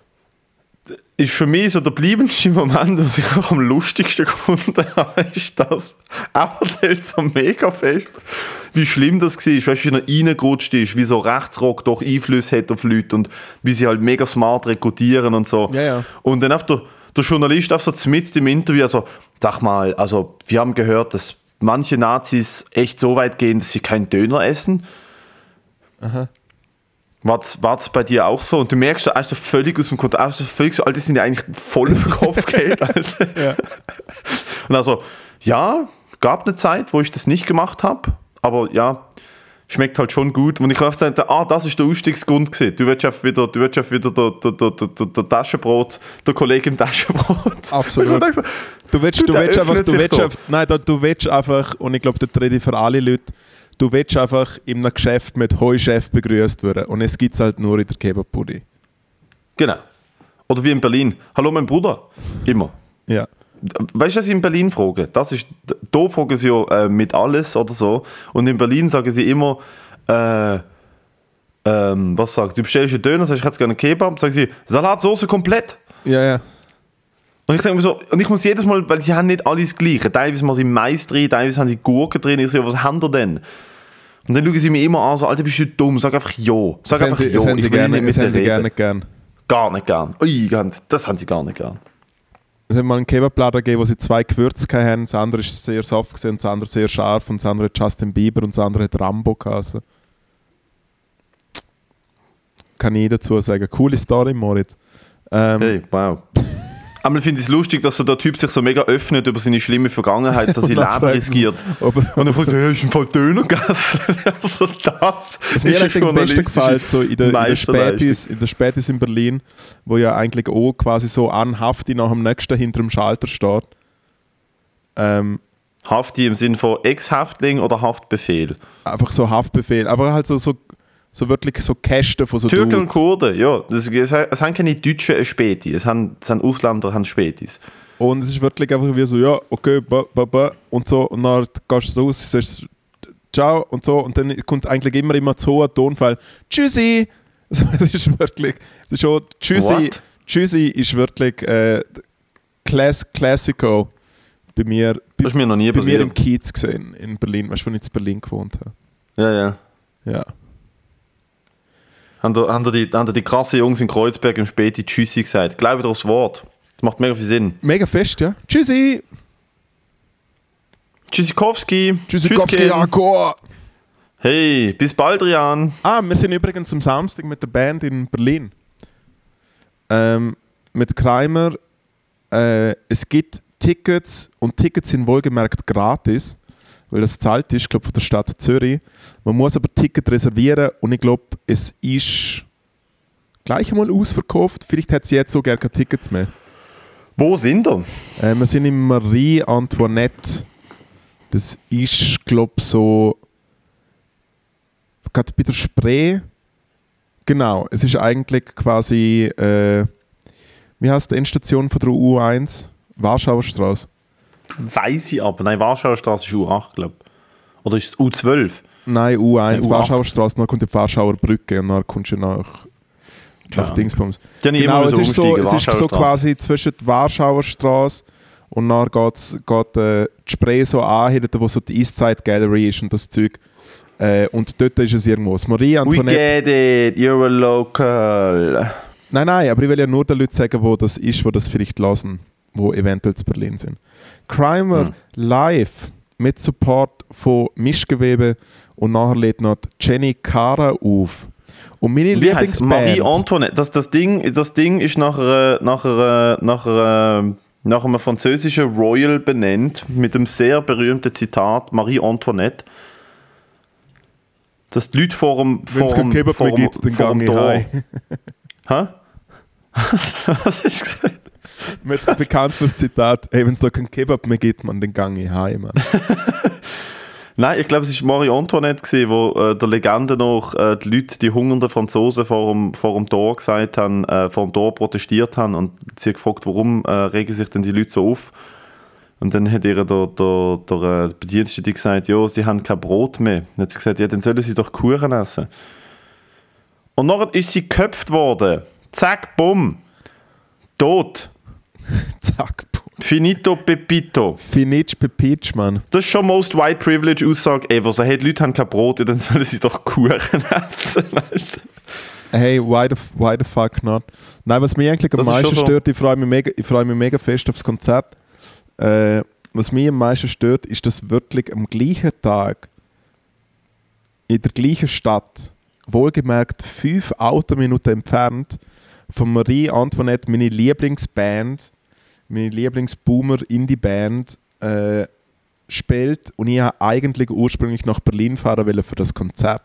ist für mich so der bleibendste Moment, was ich auch am lustigsten gefunden habe, ist das. Er erzählt so mega fest, wie schlimm das war, weißt du, wie er reingerutscht ist, wie so Rechtsrock doch Einfluss hat auf Leute und wie sie halt mega smart rekrutieren und so.
Ja, ja.
Und dann auf der, der Journalist auf so mitten im Interview, also, sag mal, also wir haben gehört, dass manche Nazis echt so weit gehen, dass sie keinen Döner essen.
Aha.
War es bei dir auch so? Und du merkst, du so völlig aus dem Kontext, also völlig so, Alter, die sind ja eigentlich voll auf den Kopf geht, Alter.
Ja.
Und also, ja, gab eine Zeit, wo ich das nicht gemacht habe, aber ja, schmeckt halt schon gut. Und ich habe gesagt, ah, das ist der Ausstiegsgrund gewesen. Du willst einfach wieder, du willst einfach wieder der, der, der, der, der Taschenbrot, der Kollege im Taschenbrot.
Absolut.
Und ich gesagt,
Du willst,
Du,
du
der
willst einfach,
öffnet
du
sich
willst
da.
einfach, nein, da, du willst einfach, und ich glaube, das rede ich für alle Leute, du willst einfach in einem Geschäft mit «Hoi Chef» begrüßt werden. Und es gibt es halt nur in der Kebab-Bude.
genau. Oder wie in Berlin. Hallo, mein Bruder. Immer.
Ja.
Weißt du, was ich in Berlin frage? Das ist, da fragen sie ja äh, mit alles oder so. Und in Berlin sagen sie immer, äh, ähm, was sagst du? Du bestellst einen Döner, sagst, ich hätte gerne einen Kebab, sagen sie, Salatsoße komplett.
Ja, ja.
Und ich denke mir so, und ich muss jedes Mal, weil sie haben nicht alles Gleiche. Teilweise haben sie Mais drin, teilweise haben sie Gurken drin. Ich so, was haben die denn? Und dann schauen sie mir immer an, so, Alter, bist du dumm? Sag einfach ja. Sag
Das haben
einfach
sie,
ja.
das haben
Ich
sie
will
gerne,
nicht mit
das
dir
haben sie
reden.
gerne nicht gern.
Gar nicht gern. Ui, das haben sie gar nicht gern.
Es hat mal einen Kebabladen gegeben, wo sie zwei Gewürze hatten. Das andere ist sehr soft gewesen, das andere sehr scharf und das andere hat Justin Bieber und das andere hat Rambo geheißen. Kann ich dazu sagen. Coole Story, Moritz. Ähm,
Hey, wow. Einmal finde ich es lustig, dass so der Typ sich so mega öffnet über seine schlimme Vergangenheit, dass er sein
Und dann
Leben
fragen sie,
riskiert.
ob er-
Und dann fragt er, hey, ist im Fall Döner gegessen? Also das
Was mir eigentlich am besten gefällt, so in der, in der
Meisterleistung.
Spätis, in der Spätis in Berlin, wo ja eigentlich auch quasi so an Hafti nach dem nächsten hinter dem Schalter steht. Ähm,
Hafti im Sinn von Ex-Häftling oder Haftbefehl?
einfach so Haftbefehl, aber halt so, so, so wirklich so Kästen von so
Türken und
Dudes.
Kurden, ja. Das, es, es haben keine Deutschen eine Späti, es haben, es haben Ausländer haben Spätis.
Und es ist wirklich einfach wie so, ja, okay, ba, ba, ba, und so, und dann gehst du raus, sagst ciao und so, und dann kommt eigentlich immer immer so ein Tonfall, tschüssi! Also, es ist wirklich, es ist schon, tschüssi,
What?
tschüssi ist wirklich äh, Class, Classico bei mir,
Das ist mir noch nie
bei mir im
passiert.
Kiez gesehen, in Berlin, weißt du, wo ich in Berlin gewohnt habe.
Ja, ja.
Ja.
Haben da, haben da die, haben da die krassen Jungs in Kreuzberg im Späti Tschüssi gesagt. Glaube dir aufs Wort. Das macht mega viel Sinn.
Mega fest, ja. Tschüssi!
Tschüssikowski.
Tschüssikowski,
Tschüsschen.
Akor!
Hey, bis bald, Rian.
Ah, wir sind übrigens am Samstag mit der Band in Berlin. Ähm, mit Kreimer. Äh, es gibt Tickets und Tickets sind wohlgemerkt gratis, weil das zahlt ist, glaube von der Stadt Zürich. Man muss aber Ticket reservieren und ich glaube, es ist gleich einmal ausverkauft. Vielleicht hat sie jetzt so gar keine Tickets mehr.
Wo sind wir?
Äh, wir sind in Marie Antoinette. Das ist, glaube ich, so. Gerade bei der Spree. Genau, es ist eigentlich quasi. Äh, wie heißt die Endstation von der U eins? Warschauer Straße.
weiss ich aber. Nein, Warschauer Straße ist U acht, glaube ich. Oder ist es U zwölf?
Nein, U eins,
Nein, U acht.
Warschauer Straße, dann kommt die Warschauer Brücke und dann kommst du nach, nach
Ja.
Dingsbums.
Die haben
Genau,
immer
es
so
ist so,
umsteigen,
es ist so
Warschauer Straße.
quasi zwischen der Warschauer Straße und dann geht's, geht äh, die Spree so an, dort, wo so die Eastside Gallery ist und das Zeug. Äh, und dort ist es irgendwo. Das Marie
We
Antoinette.
get it, you're a local.
Nein, nein, aber ich will ja nur den Leuten sagen, wo das ist, wo das vielleicht lassen, wo eventuell zu Berlin sind. Crimer
Hm.
live mit Support von Mischgewebe und nachher lädt noch die Jenny Cara auf. Und meine
Wie heißt Marie
Lieblingsband...
Antoinette? Das, das, Ding, das Ding ist nach, einer, nach, einer, nach, einer, nach einem französischen Royal benannt, mit dem sehr berühmten Zitat Marie Antoinette. Dass die Leute vor dem
Wenn es kein Kebab mehr gibt, dann
vor dem
gehe ich
Tor-
heim.
Hä? Was hast du gesagt?
Mit bekannt fürs Zitat, hey, wenn es da kein Kebab mehr gibt, man, dann gehe ich heim, Mann.
Nein, ich glaube, es war Marie Antoinette, gewesen, wo äh, der Legende nach äh, die Leute, die hungernden Franzosen vor dem, vor dem Tor gesagt haben, äh, vor dem Tor protestiert haben und sie hat gefragt, warum äh, regen sich denn die Leute so auf? Und dann hat ihr der, der, der äh, Bedienstete gesagt, ja, sie haben kein Brot mehr. Dann hat sie gesagt, ja, dann sollen sie doch Kuchen essen. Und nachher ist sie geköpft worden. Zack, bumm. Tot.
Zack, boom.
Finito Pepito.
Finitsch Pepitsch, Mann.
Das ist schon most white privilege Aussage ever. So, hey, die Leute haben kein Brot, ja, dann sollen sie doch Kuchen essen. Alter.
Hey, why the, why the fuck not? Nein, was mich eigentlich am
Das ist
meisten
schon so.
stört, ich freue mich, mega, ich freue mich mega fest aufs Konzert. Äh, was mich am meisten stört, ist, dass wirklich am gleichen Tag in der gleichen Stadt, wohlgemerkt fünf Autominuten entfernt, von Marie Antoinette meine Lieblingsband, meine Lieblingsboomer-Indie-Band äh, spielt und ich wollte eigentlich ursprünglich nach Berlin fahren wollen für das Konzert.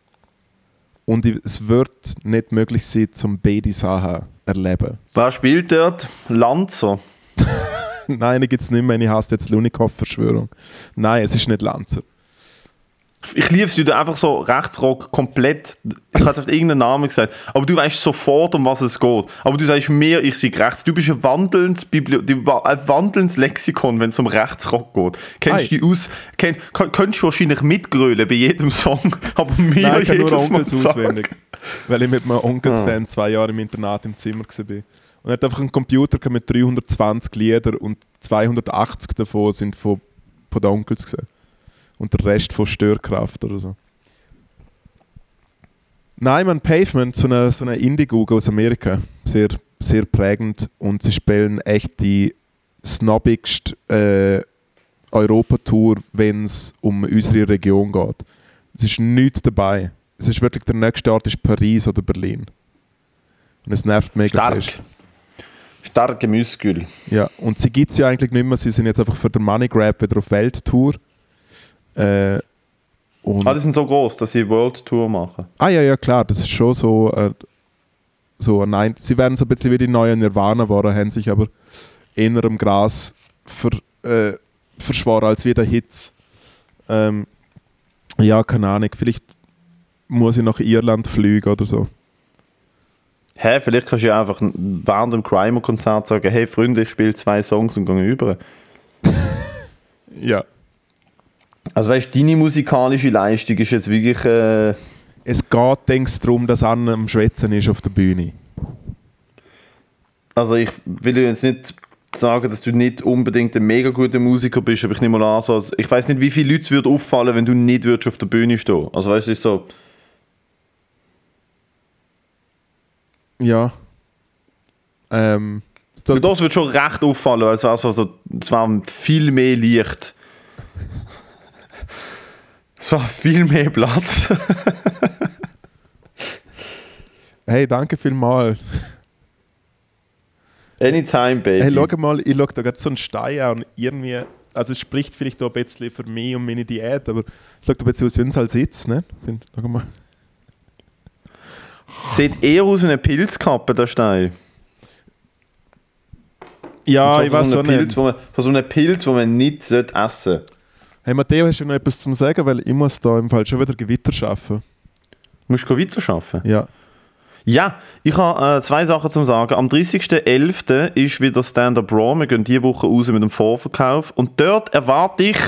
Und ich- es wird nicht möglich sein, zum beide Sachen erleben.
Wer spielt dort? Lanzer.
Nein, den gibt es nicht mehr. Ich hasse jetzt die Lunikov-Verschwörung. Nein, es ist nicht Lanzer.
Ich liebe es, wie du einfach so Rechtsrock komplett. Ich habe jetzt auf irgendeinen Namen gesagt, aber du weißt sofort, um was es geht. Aber du sagst mir, ich sei rechts. Du bist ein wandelndes, Bibli- die wa- ein wandelndes Lexikon, wenn es um Rechtsrock geht. Kennst
Ei.
du die aus? Kenn, kann- könntest du wahrscheinlich mitgrölen bei jedem Song, aber mir
Nein, ich kann nur
jedes Mal
Onkels
sagen.
auswendig. Weil ich mit einem Onkels-Fan
Ah.
zwei Jahre im Internat im Zimmer war. Und er hat einfach einen Computer gehabt mit dreihundertzwanzig Liedern und zweihundertachtzig davon sind von, von den Onkels gewesen. Und der Rest von Störkraft oder so. Nein, man, Pavement, so eine, so eine Indie-Google aus Amerika. Sehr, sehr prägend und sie spielen echt die snobbigste äh, Europatour, wenn es um unsere Region geht. Es ist nichts dabei. Es ist wirklich, der nächste Ort ist Paris oder Berlin. Und es nervt mega fest.
Stark. Starke Muskel.
Ja, und sie gibt es ja eigentlich nicht mehr. Sie sind jetzt einfach für den Money Grab wieder auf Welttour. Äh, und
Ah, die sind so groß, dass sie World Tour machen.
Ah ja, ja klar, das ist schon so, äh, so nein, sie werden so ein bisschen wie die neuen Nirvana geworden, haben sich aber eher im Gras ver, äh, verschworen als wie der Hits. Ähm, ja, keine Ahnung, vielleicht muss ich nach Irland fliegen oder so.
Hä, vielleicht kannst du ja einfach während dem Crimer-Konzert sagen, hey Freunde, ich spiele zwei Songs und gehe über.
Ja.
Also weißt du, deine musikalische Leistung ist jetzt wirklich... Äh,
Es geht, denkst du, darum, dass Anne am Schwätzen ist auf der Bühne.
also ich will jetzt nicht sagen, dass du nicht unbedingt ein mega guter Musiker bist, aber ich nehme mal an, so, als- ich weiß nicht, wie viele Leute es würde auffallen, wenn du nicht würdest auf der Bühne stehen. Also weißt du, es ist so...
Ja. Ähm, so,
Für das würde schon recht auffallen, weil es war, so, so, es war viel mehr Licht. Es war viel mehr Platz.
hey, danke vielmals.
Anytime, baby.
Hey, schau mal, ich schaue da gerade so einen Stein an und irgendwie, also es spricht vielleicht auch ein bisschen für mich und meine Diät, aber es schaut ein bisschen aus wie ein Salsitz, ne? Find- Schau mal.
Sieht eher aus wie eine Pilzkappe, der Stein.
Ja,
Und
ich
zwar
weiß
von
so
so einem
nicht.
Pilz, wo man, von so einem Pilz, den man nicht essen sollte.
Hey Matteo, hast du noch etwas zum Sagen? Weil ich muss da im Fall schon wieder Gewitter schaffen.
Musst du weiter arbeiten?
Ja.
Ja, ich habe äh, zwei Sachen zu sagen. Am dreißigsten elften ist wieder Stand-Up Raw. Wir gehen diese Woche raus mit dem Vorverkauf. Und dort erwarte ich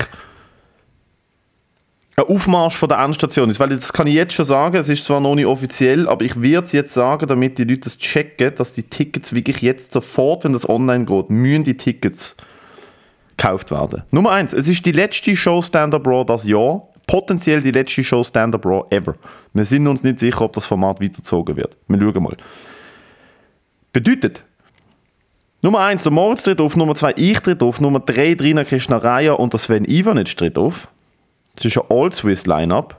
einen Aufmarsch von der Endstation. Weil das kann ich jetzt schon sagen, es ist zwar noch nicht offiziell, aber ich werde es jetzt sagen, damit die Leute das checken, dass die Tickets wirklich jetzt sofort, wenn das online geht, müssen die Tickets gekauft werden. Nummer eins, es ist die letzte Show Stand-Up Raw das Jahr. Potenziell die letzte Show Stand-Up Raw ever. Wir sind uns nicht sicher, ob das Format weitergezogen wird. Wir schauen mal. Bedeutet, Nummer eins, der Moritz tritt auf, Nummer zwei, ich tritt auf, Nummer drei, Rina Krishnaraya und der Sven Ivanic tritt auf. Das ist ein All-Swiss-Line-Up.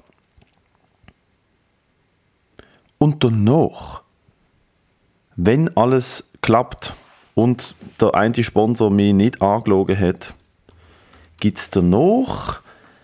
Und danach, wenn alles klappt und der eine Sponsor mich nicht angelogen hat, gibt es danach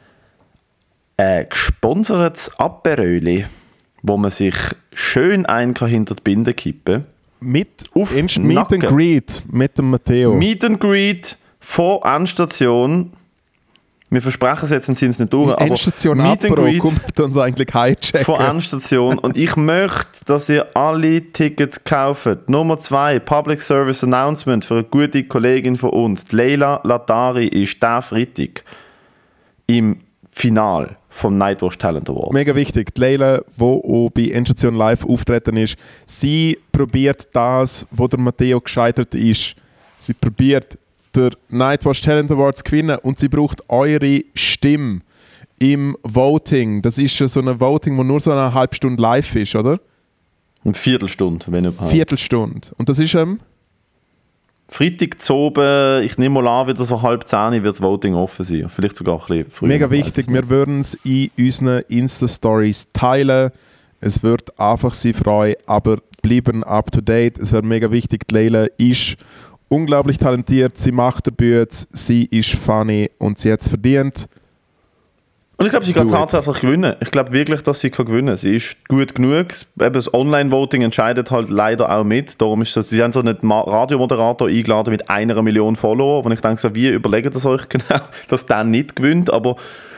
ein gesponsertes Aperöli, wo man sich schön ein kann hinter die Binde kippen
Mit
auf
Meet and
Nacken.
Greet mit dem Matteo.
Meet and Greet vor Endstation. Wir versprechen es jetzt und ziehen es nicht durch, aber
Endstation
Meet and
Apero
Greet
kommt uns eigentlich hijacken.
vor Endstation. Und ich möchte, dass ihr alle Tickets kauft. Nummer zwei, Public Service Announcement für eine gute Kollegin von uns. Die Leila Latari ist der Freitag im Final vom Nightwatch Talent Award.
Mega wichtig. Die Leila, die auch bei Endstation Live auftreten ist, sie probiert das, wo der Matteo gescheitert ist. Sie probiert, der Nightwatch Talent Award zu gewinnen und sie braucht eure Stimme im Voting. Das ist ja so ein Voting, wo nur so eine halbe Stunde live ist, oder?
Eine Viertelstunde, wenn überhaupt.
Viertelstunde. Und das ist ähm,
Freitag zu oben, ich nehme mal an, wieder so halb zehn wird das Voting offen sein. Vielleicht sogar ein bisschen früher.
mega wichtig. Wir würden es in unseren Insta-Stories teilen. Es wird einfach sein für euch, aber bleiben up to date. Es wäre mega wichtig. Die Leila ist unglaublich talentiert, sie macht den Bütz, sie ist funny und sie hat es verdient.
Und ich glaube, sie kann
Do it.
tatsächlich gewinnen. Ich glaube wirklich, dass sie kann gewinnen kann. Sie ist gut genug. Eben das Online-Voting entscheidet halt leider auch mit. Darum ist das, sie haben so einen Ma- Radiomoderator eingeladen mit einer Million Follower. Und ich denke so, wie überlegt das euch genau, dass der nicht gewinnt. Aber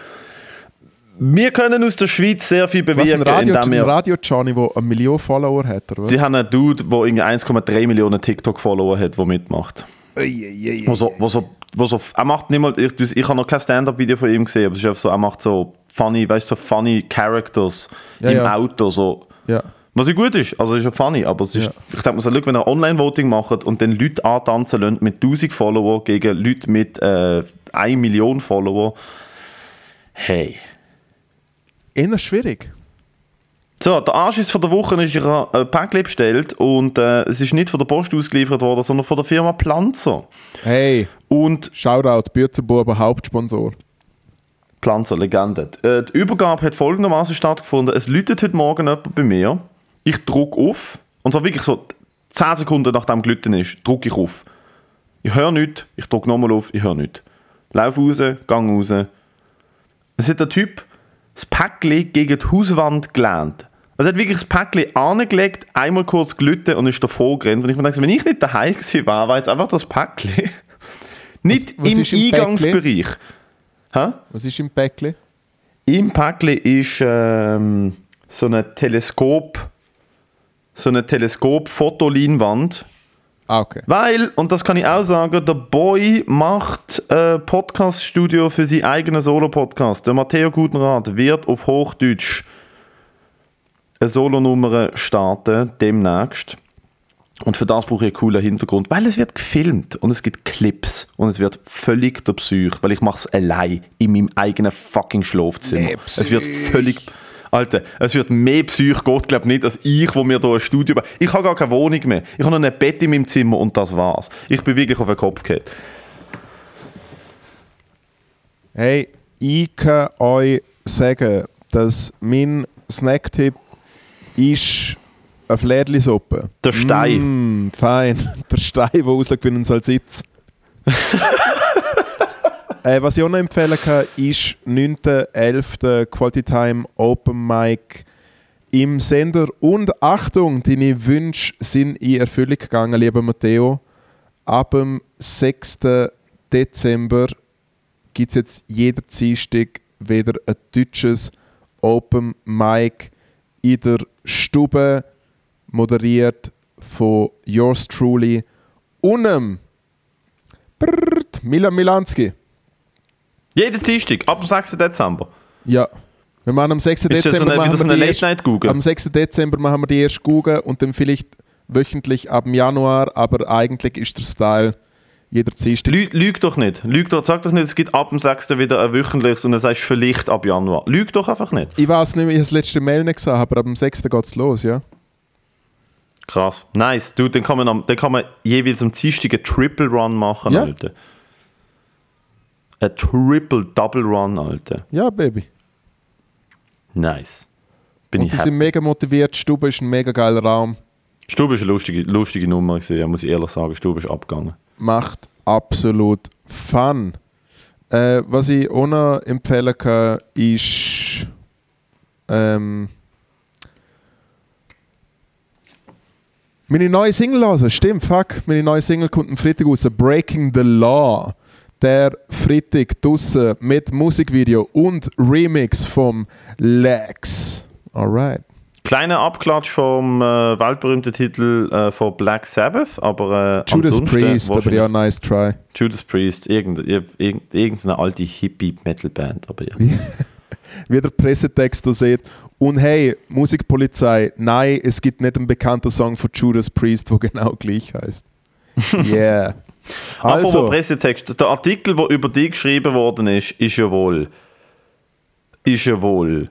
wir können aus der Schweiz sehr viel
Was,
bewirken.
ein Radio,
indem wir
ein Radio Johnny, der eine Million Follower hat, oder was?
Sie haben einen Dude, der irgendwie eins Komma drei Millionen TikTok-Follower hat, der mitmacht.
Ui, ui, ui,
Wo so, wo so, wo so, er macht nicht mal, ich, ich habe noch kein Stand-Up-Video von ihm gesehen, aber es ist einfach so, er macht so funny, weißt du, so funny Characters
Ja,
im
ja.
Auto, so.
Ja.
Was ja gut ist, also ist ja funny, aber es ist,
Ja.
ich denke mir so, schau, wenn er Online-Voting macht und dann Leute antanzen lässt mit tausend Follower gegen Leute mit äh, eine Million Follower, hey.
Eher schwierig.
So, der Anschiss von der Woche ist, ich habe ein Päckchen bestellt und äh, es ist nicht von der Post ausgeliefert worden, sondern von der Firma Planzer.
Hey,
Und
Shoutout, Bützerbuben, Hauptsponsor.
Planzer, Legende. Äh, die Übergabe hat folgendermaßen stattgefunden. Es läutet heute Morgen jemand bei mir. Ich drücke auf. Und zwar wirklich so zehn Sekunden nachdem gelitten ist, drücke ich auf. Ich höre nichts, ich drücke nochmal auf, ich höre nichts. Lauf raus, gang raus. Es hat der Typ das Päckchen gegen die Hauswand gelehnt. Also er hat wirklich das Päckchen angelegt, einmal kurz gelitten und ist davor gerannt. Und ich mir denke, wenn ich nicht daheim gewesen wäre, war jetzt einfach das Päckchen nicht
Was- was
im
ist im
Eingangsbereich. Hä?
Was ist im Päckchen?
Im Päckchen ist ähm, so eine Teleskop, so eine Teleskop-Fotoleinwand.
Ah, okay.
Weil, und das kann ich auch sagen, der Boy macht ein Podcast-Studio für seinen eigenen Solo-Podcast. Der Matteo Gutenrat wird auf Hochdeutsch eine Solonummer starten, demnächst. Und für das brauche ich einen coolen Hintergrund, weil es wird gefilmt und es gibt Clips und es wird völlig der Psych, weil ich mache es allein in meinem eigenen fucking Schlafzimmer.
Nee,
es wird völlig... Alter, es wird mehr Psych, Gott glaubt nicht, als ich, wo mir hier ein Studio... ba- Ich habe gar keine Wohnung mehr. Ich habe noch ein Bett in meinem Zimmer und das war's. Ich bin wirklich auf den Kopf gefallen.
Hey, ich kann euch sagen, dass mein Snacktipp ist eine Flädli-Suppe.
Der Stein.
Mm, fein. Der Stein, der aussieht wie ein Salsitz. äh, was ich auch noch empfehlen kann, ist neunten elften Quality Time Open Mic im Sender. Und Achtung, deine Wünsche sind in Erfüllung gegangen, lieber Matteo. Ab dem sechsten Dezember gibt es jetzt jeden Dienstag wieder ein deutsches Open Mic in der Stube. moderiert von yours truly und Brrrt, Milan Milanski.
Jeden Dienstag, ab dem sechsten Dezember.
Ja. Wir machen am sechsten
Ist das so
Dezember
eine, wieder so
machen wir
eine
die erste,
Late-Night-Google?
am sechsten Dezember machen wir die erste Google und dann vielleicht wöchentlich ab dem Januar, aber eigentlich ist der Style jeder Dienstag.
Lüg, lüg doch nicht. Lüg doch, sag doch nicht, es gibt ab dem sechsten wieder ein wöchentliches und dann sagst du vielleicht ab Januar. Lüg doch einfach nicht.
Ich weiß nicht mehr, ich habe das letzte Mail nicht gesagt, aber ab dem sechsten geht es los, ja.
Krass. Nice. Du, dann kann man, am, dann kann man jeweils am Dienstag einen Triple Run machen,
Ja.
Alter. Ein Triple Double Run, Alter.
Ja, Baby.
Nice. Bin
Und
ich
die
happy.
sind mega motiviert, die Stube ist ein mega geiler Raum.
Stube ist eine lustige, lustige Nummer gewesen, ja, muss ich ehrlich sagen. Stube ist abgegangen.
Macht absolut Fun. Äh, was ich auch noch empfehlen kann, ist ähm, meine neue Single hören. Stimmt, fuck. Meine neue Single kommt am Freitag raus. Breaking the Law. Der Freitag draussen mit Musikvideo und Remix vom Lex. Alright.
Kleiner Abklatsch vom äh, weltberühmten Titel äh, von Black Sabbath, aber äh,
Judas
ansonsten
Priest, aber ja, nice try.
Judas Priest, irgendeine, irgend, irgendeine alte Hippie-Metal-Band, aber ja.
Wie der Pressetext da sieht. Und hey, Musikpolizei, nein, es gibt nicht einen bekannten Song von Judas Priest, der genau gleich heißt. Yeah.
Also.
Also,
Pressetext, der Artikel, der über dich geschrieben worden ist, ist ja wohl. Ist ja wohl.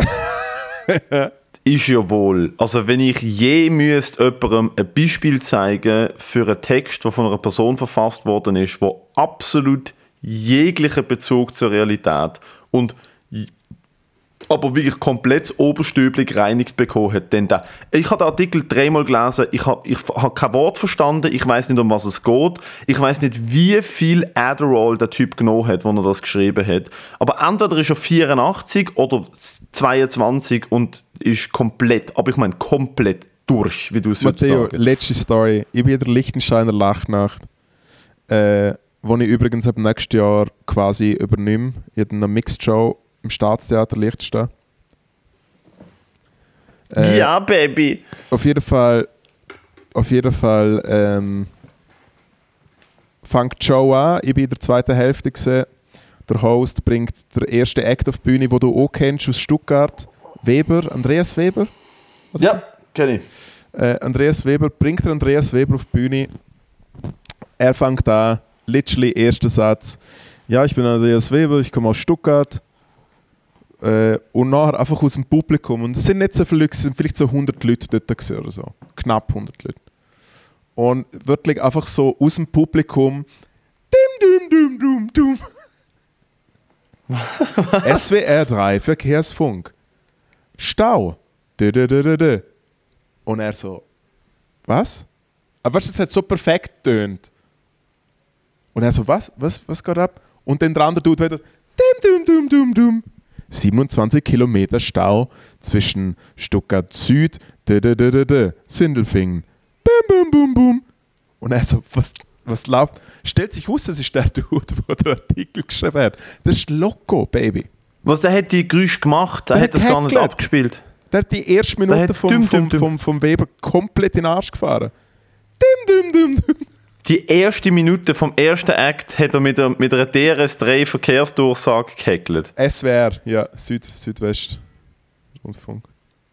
ist ja wohl. Also wenn ich je müsste jemandem ein Beispiel zeigen für einen Text, der von einer Person verfasst worden ist, der absolut jeglichen Bezug zur Realität und aber wirklich komplett das Oberstübli gereinigt bekommen hat. Denn da, ich habe den Artikel dreimal gelesen, ich habe ich hab kein Wort verstanden, ich weiß nicht, um was es geht, ich weiß nicht, wie viel Adderall der Typ genommen hat, als er das geschrieben hat. Aber entweder ist er vierundachtzig oder zweiundzwanzig und ist komplett, aber ich meine komplett durch, wie du es würdest
Matteo,
sagen.
letzte Story. Ich bin in der Liechtensteiner Lachnacht, äh, wo ich übrigens ab nächstes Jahr quasi übernehme, in einer Mixed-Show im Staatstheater Liechtenstein. Äh,
ja, Baby!
Auf jeden Fall, auf jeden Fall ähm, fängt die Show an. Ich bin in der zweiten Hälfte gesehen. Der Host bringt den ersten Act auf die Bühne, den du auch kennst aus Stuttgart. Weber, Andreas Weber? Was
Ja, kenne ich.
Äh, Andreas Weber bringt der Andreas Weber auf die Bühne. Er fängt an, literally erster Satz. Ja, ich bin Andreas Weber, ich komme aus Stuttgart. Äh, und nachher einfach aus dem Publikum. Und es sind nicht so viele Leute, es sind vielleicht so hundert Leute dort gewesen oder so. Knapp hundert Leute. Und wirklich einfach so aus dem Publikum. Dim, dum, dum, dum, dum. S W R drei, Verkehrsfunk. Stau. Dö, dö, dö, dö, dö. Und er so, was? Aber weißt du, es hat so perfekt tönt. Und er so, was? Was, was geht ab? Und dann der andere tut wieder, dum, dum, dum, dum, dum. siebenundzwanzig Kilometer Stau zwischen Stuttgart Süd, dö, dö, dö, dö, dö, Sindelfingen, bum, bum, bum, bum. Und er so, was, was läuft? Stellt sich raus, das ist der Dude, der den Artikel geschrieben hat. Das ist Loco, Baby.
Was, der hat die Geräusche gemacht, der,
Der
hat das
hat
gar nicht
gehackelt.
abgespielt.
Der hat die erste Minute
hat
vom,
dum,
vom,
dum, dum.
vom, vom Weber komplett in den Arsch gefahren. Dim, dim, dim, dim.
Die erste Minute vom ersten Act hat er mit, der, mit einer D R S drei Verkehrsdurchsage gehackelt.
S W R, ja, Süd, Südwest. Rundfunk.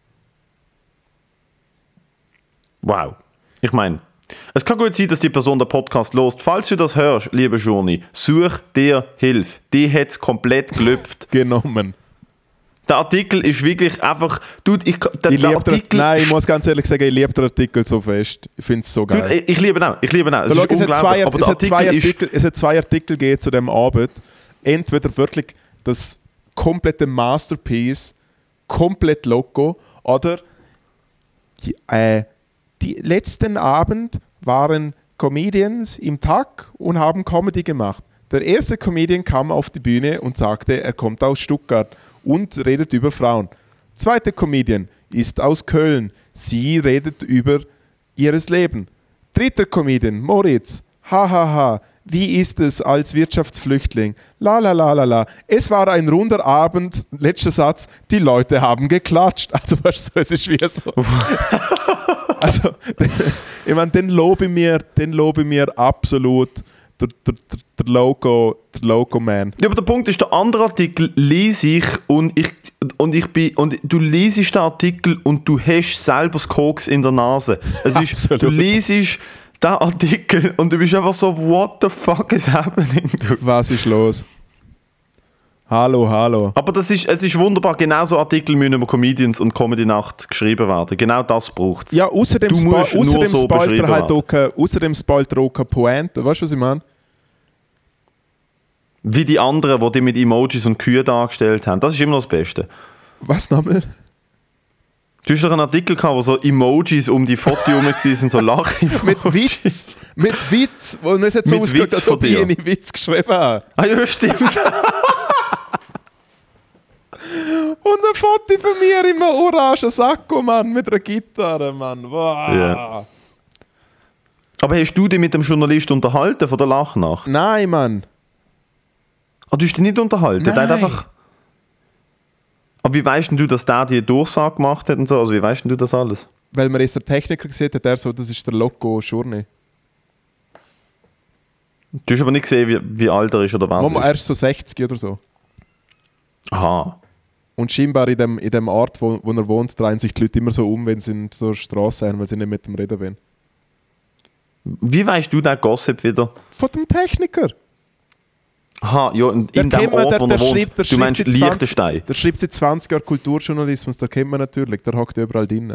Wow. Ich meine, es kann gut sein, dass die Person den Podcast lost. Falls du das hörst, liebe Journey, such dir Hilfe. Die hat es komplett gelüpft.
Genommen.
Der Artikel ist wirklich einfach... Dude, ich, der,
Ich
der
liebe den,
Artikel,
nein, ich muss ganz ehrlich sagen, ich liebe den Artikel so fest. Ich finde es so geil.
Dude, ich, ich liebe ihn auch. Ich liebe ihn auch. Es
Schau,
ist
es, hat zwei,
unglaublich. Aber
es,
der
hat zwei
Artikel ist...
Artikel, es hat zwei Artikel gegeben zu diesem Abend. Entweder wirklich das komplette Masterpiece, komplett Loco, oder die, äh, die letzten Abend waren Comedians im Tag und haben Comedy gemacht. Der erste Comedian kam auf die Bühne und sagte, er kommt aus Stuttgart und redet über Frauen. Zweiter Comedian ist aus Köln. Sie redet über ihres Leben. Dritter Comedian, Moritz. Hahaha. Wie ist es als Wirtschaftsflüchtling? La la la la la. Es war ein runder Abend. Letzter Satz. Die Leute haben geklatscht. Also weißt du, es ist wie so. Also, ich meine, den lobe ich mir, den lobe ich mir absolut. Der, der, der, der Logo, der Logo-Man.
Ja, aber der Punkt ist, der andere Artikel lese ich und ich und ich bin und du liest den Artikel und du hast selber das Koks in der Nase. Es ist,
Absolut.
du liest den Artikel und du bist einfach so, what the fuck is happening?
Was ist los? Hallo, hallo.
Aber das ist, es ist wunderbar, genau so Artikel müssen über Comedians und Comedy-Nacht geschrieben werden. Genau das braucht es.
Ja, außerdem
Du
spo
musst nur
außerdem
so
spoilt er
beschrieben
halt
werden.
auch keine, außerdem spoilt er auch keine Pointe. Weißt du, was ich meine?
Wie die anderen, die die mit Emojis und Kühe dargestellt haben. Das ist immer noch das Beste.
Was nochmal?
Du hast doch einen Artikel gehabt, wo so Emojis um die Fotos herum waren, so Lach-Emojis.
Mit Witz. Mit Witz. Wo es jetzt so
Mit
ausgeschaut,
Witz
als ob
von
ich
dir.
einen Witz geschrieben habe.
Ah ja, stimmt.
Und ein Foto von mir in einem orangen Sakko, Mann, mit einer Gitarre, Mann. Wow.
Ja. Aber hast du dich mit dem Journalist unterhalten von der Lachnacht?
Nein, Mann.
Ah, du hast dich nicht unterhalten? Der hat
Nein.
einfach... Aber wie weißt denn du, dass der die Durchsage gemacht hat und so? Also wie weißt denn du das alles?
Weil man erst der Techniker gesehen hat, der so, das ist der Loco Journey.
Du hast aber nicht gesehen, wie, wie alt er ist oder was.
Mama,
ist.
er ist so sechzig oder so.
Aha.
Und scheinbar in dem, in dem Ort, wo, wo er wohnt, drehen sich die Leute immer so um, wenn sie in so einer Straße sind, weil sie nicht mit dem reden wollen.
Wie weißt du den Gossip wieder?
Von dem Techniker.
Aha, ja, in,
Der
in dem
kennt man,
Ort,
der-
wo
der
er wohnt.
schreibt- der
Du meinst
schreibt seit zwanzig
Liechtenstein.
Der schreibt seit zwanzig Jahren Kulturjournalismus, der kennt man natürlich, der hockt überall drin.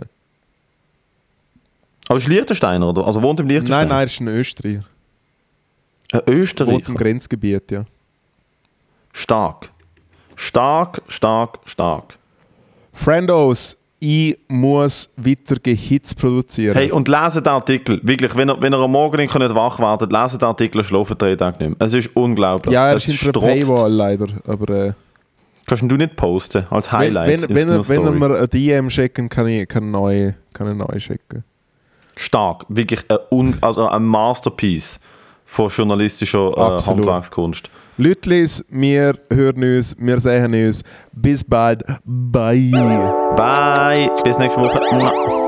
Aber ist Liechtensteiner, oder? Also wohnt im
Nein,
Liechtenstein?
nein, er ist ein Österreicher.
Ein
Wohnt im
Österreicher.
Grenzgebiet, ja.
Stark. Stark, stark, stark.
Friendos, ich muss weiter Hits produzieren.
Hey, und lesen den Artikel. Wirklich, wenn ihr, wenn ihr am Morgen nicht könnt wach werden, lesen den Artikel, schlafen drei Tage nicht mehr. Es ist unglaublich.
ja, er
es
ist hinter der
strotzt.
Paywall leider, aber äh,
Kannst du nicht posten, als
wenn,
Highlight.
wenn,
in
wenn,
der
er, wenn er
Story.
mir ein D M schicken kann, ich kann neu, kann ich neu schicken.
Stark. Wirklich ein, un, also ein Masterpiece von journalistischer äh,
Absolut.
Handwerkskunst.
Lütlis, wir hören uns, wir sehen uns. Bis bald. Bye.
Bye. Bis nächste Woche.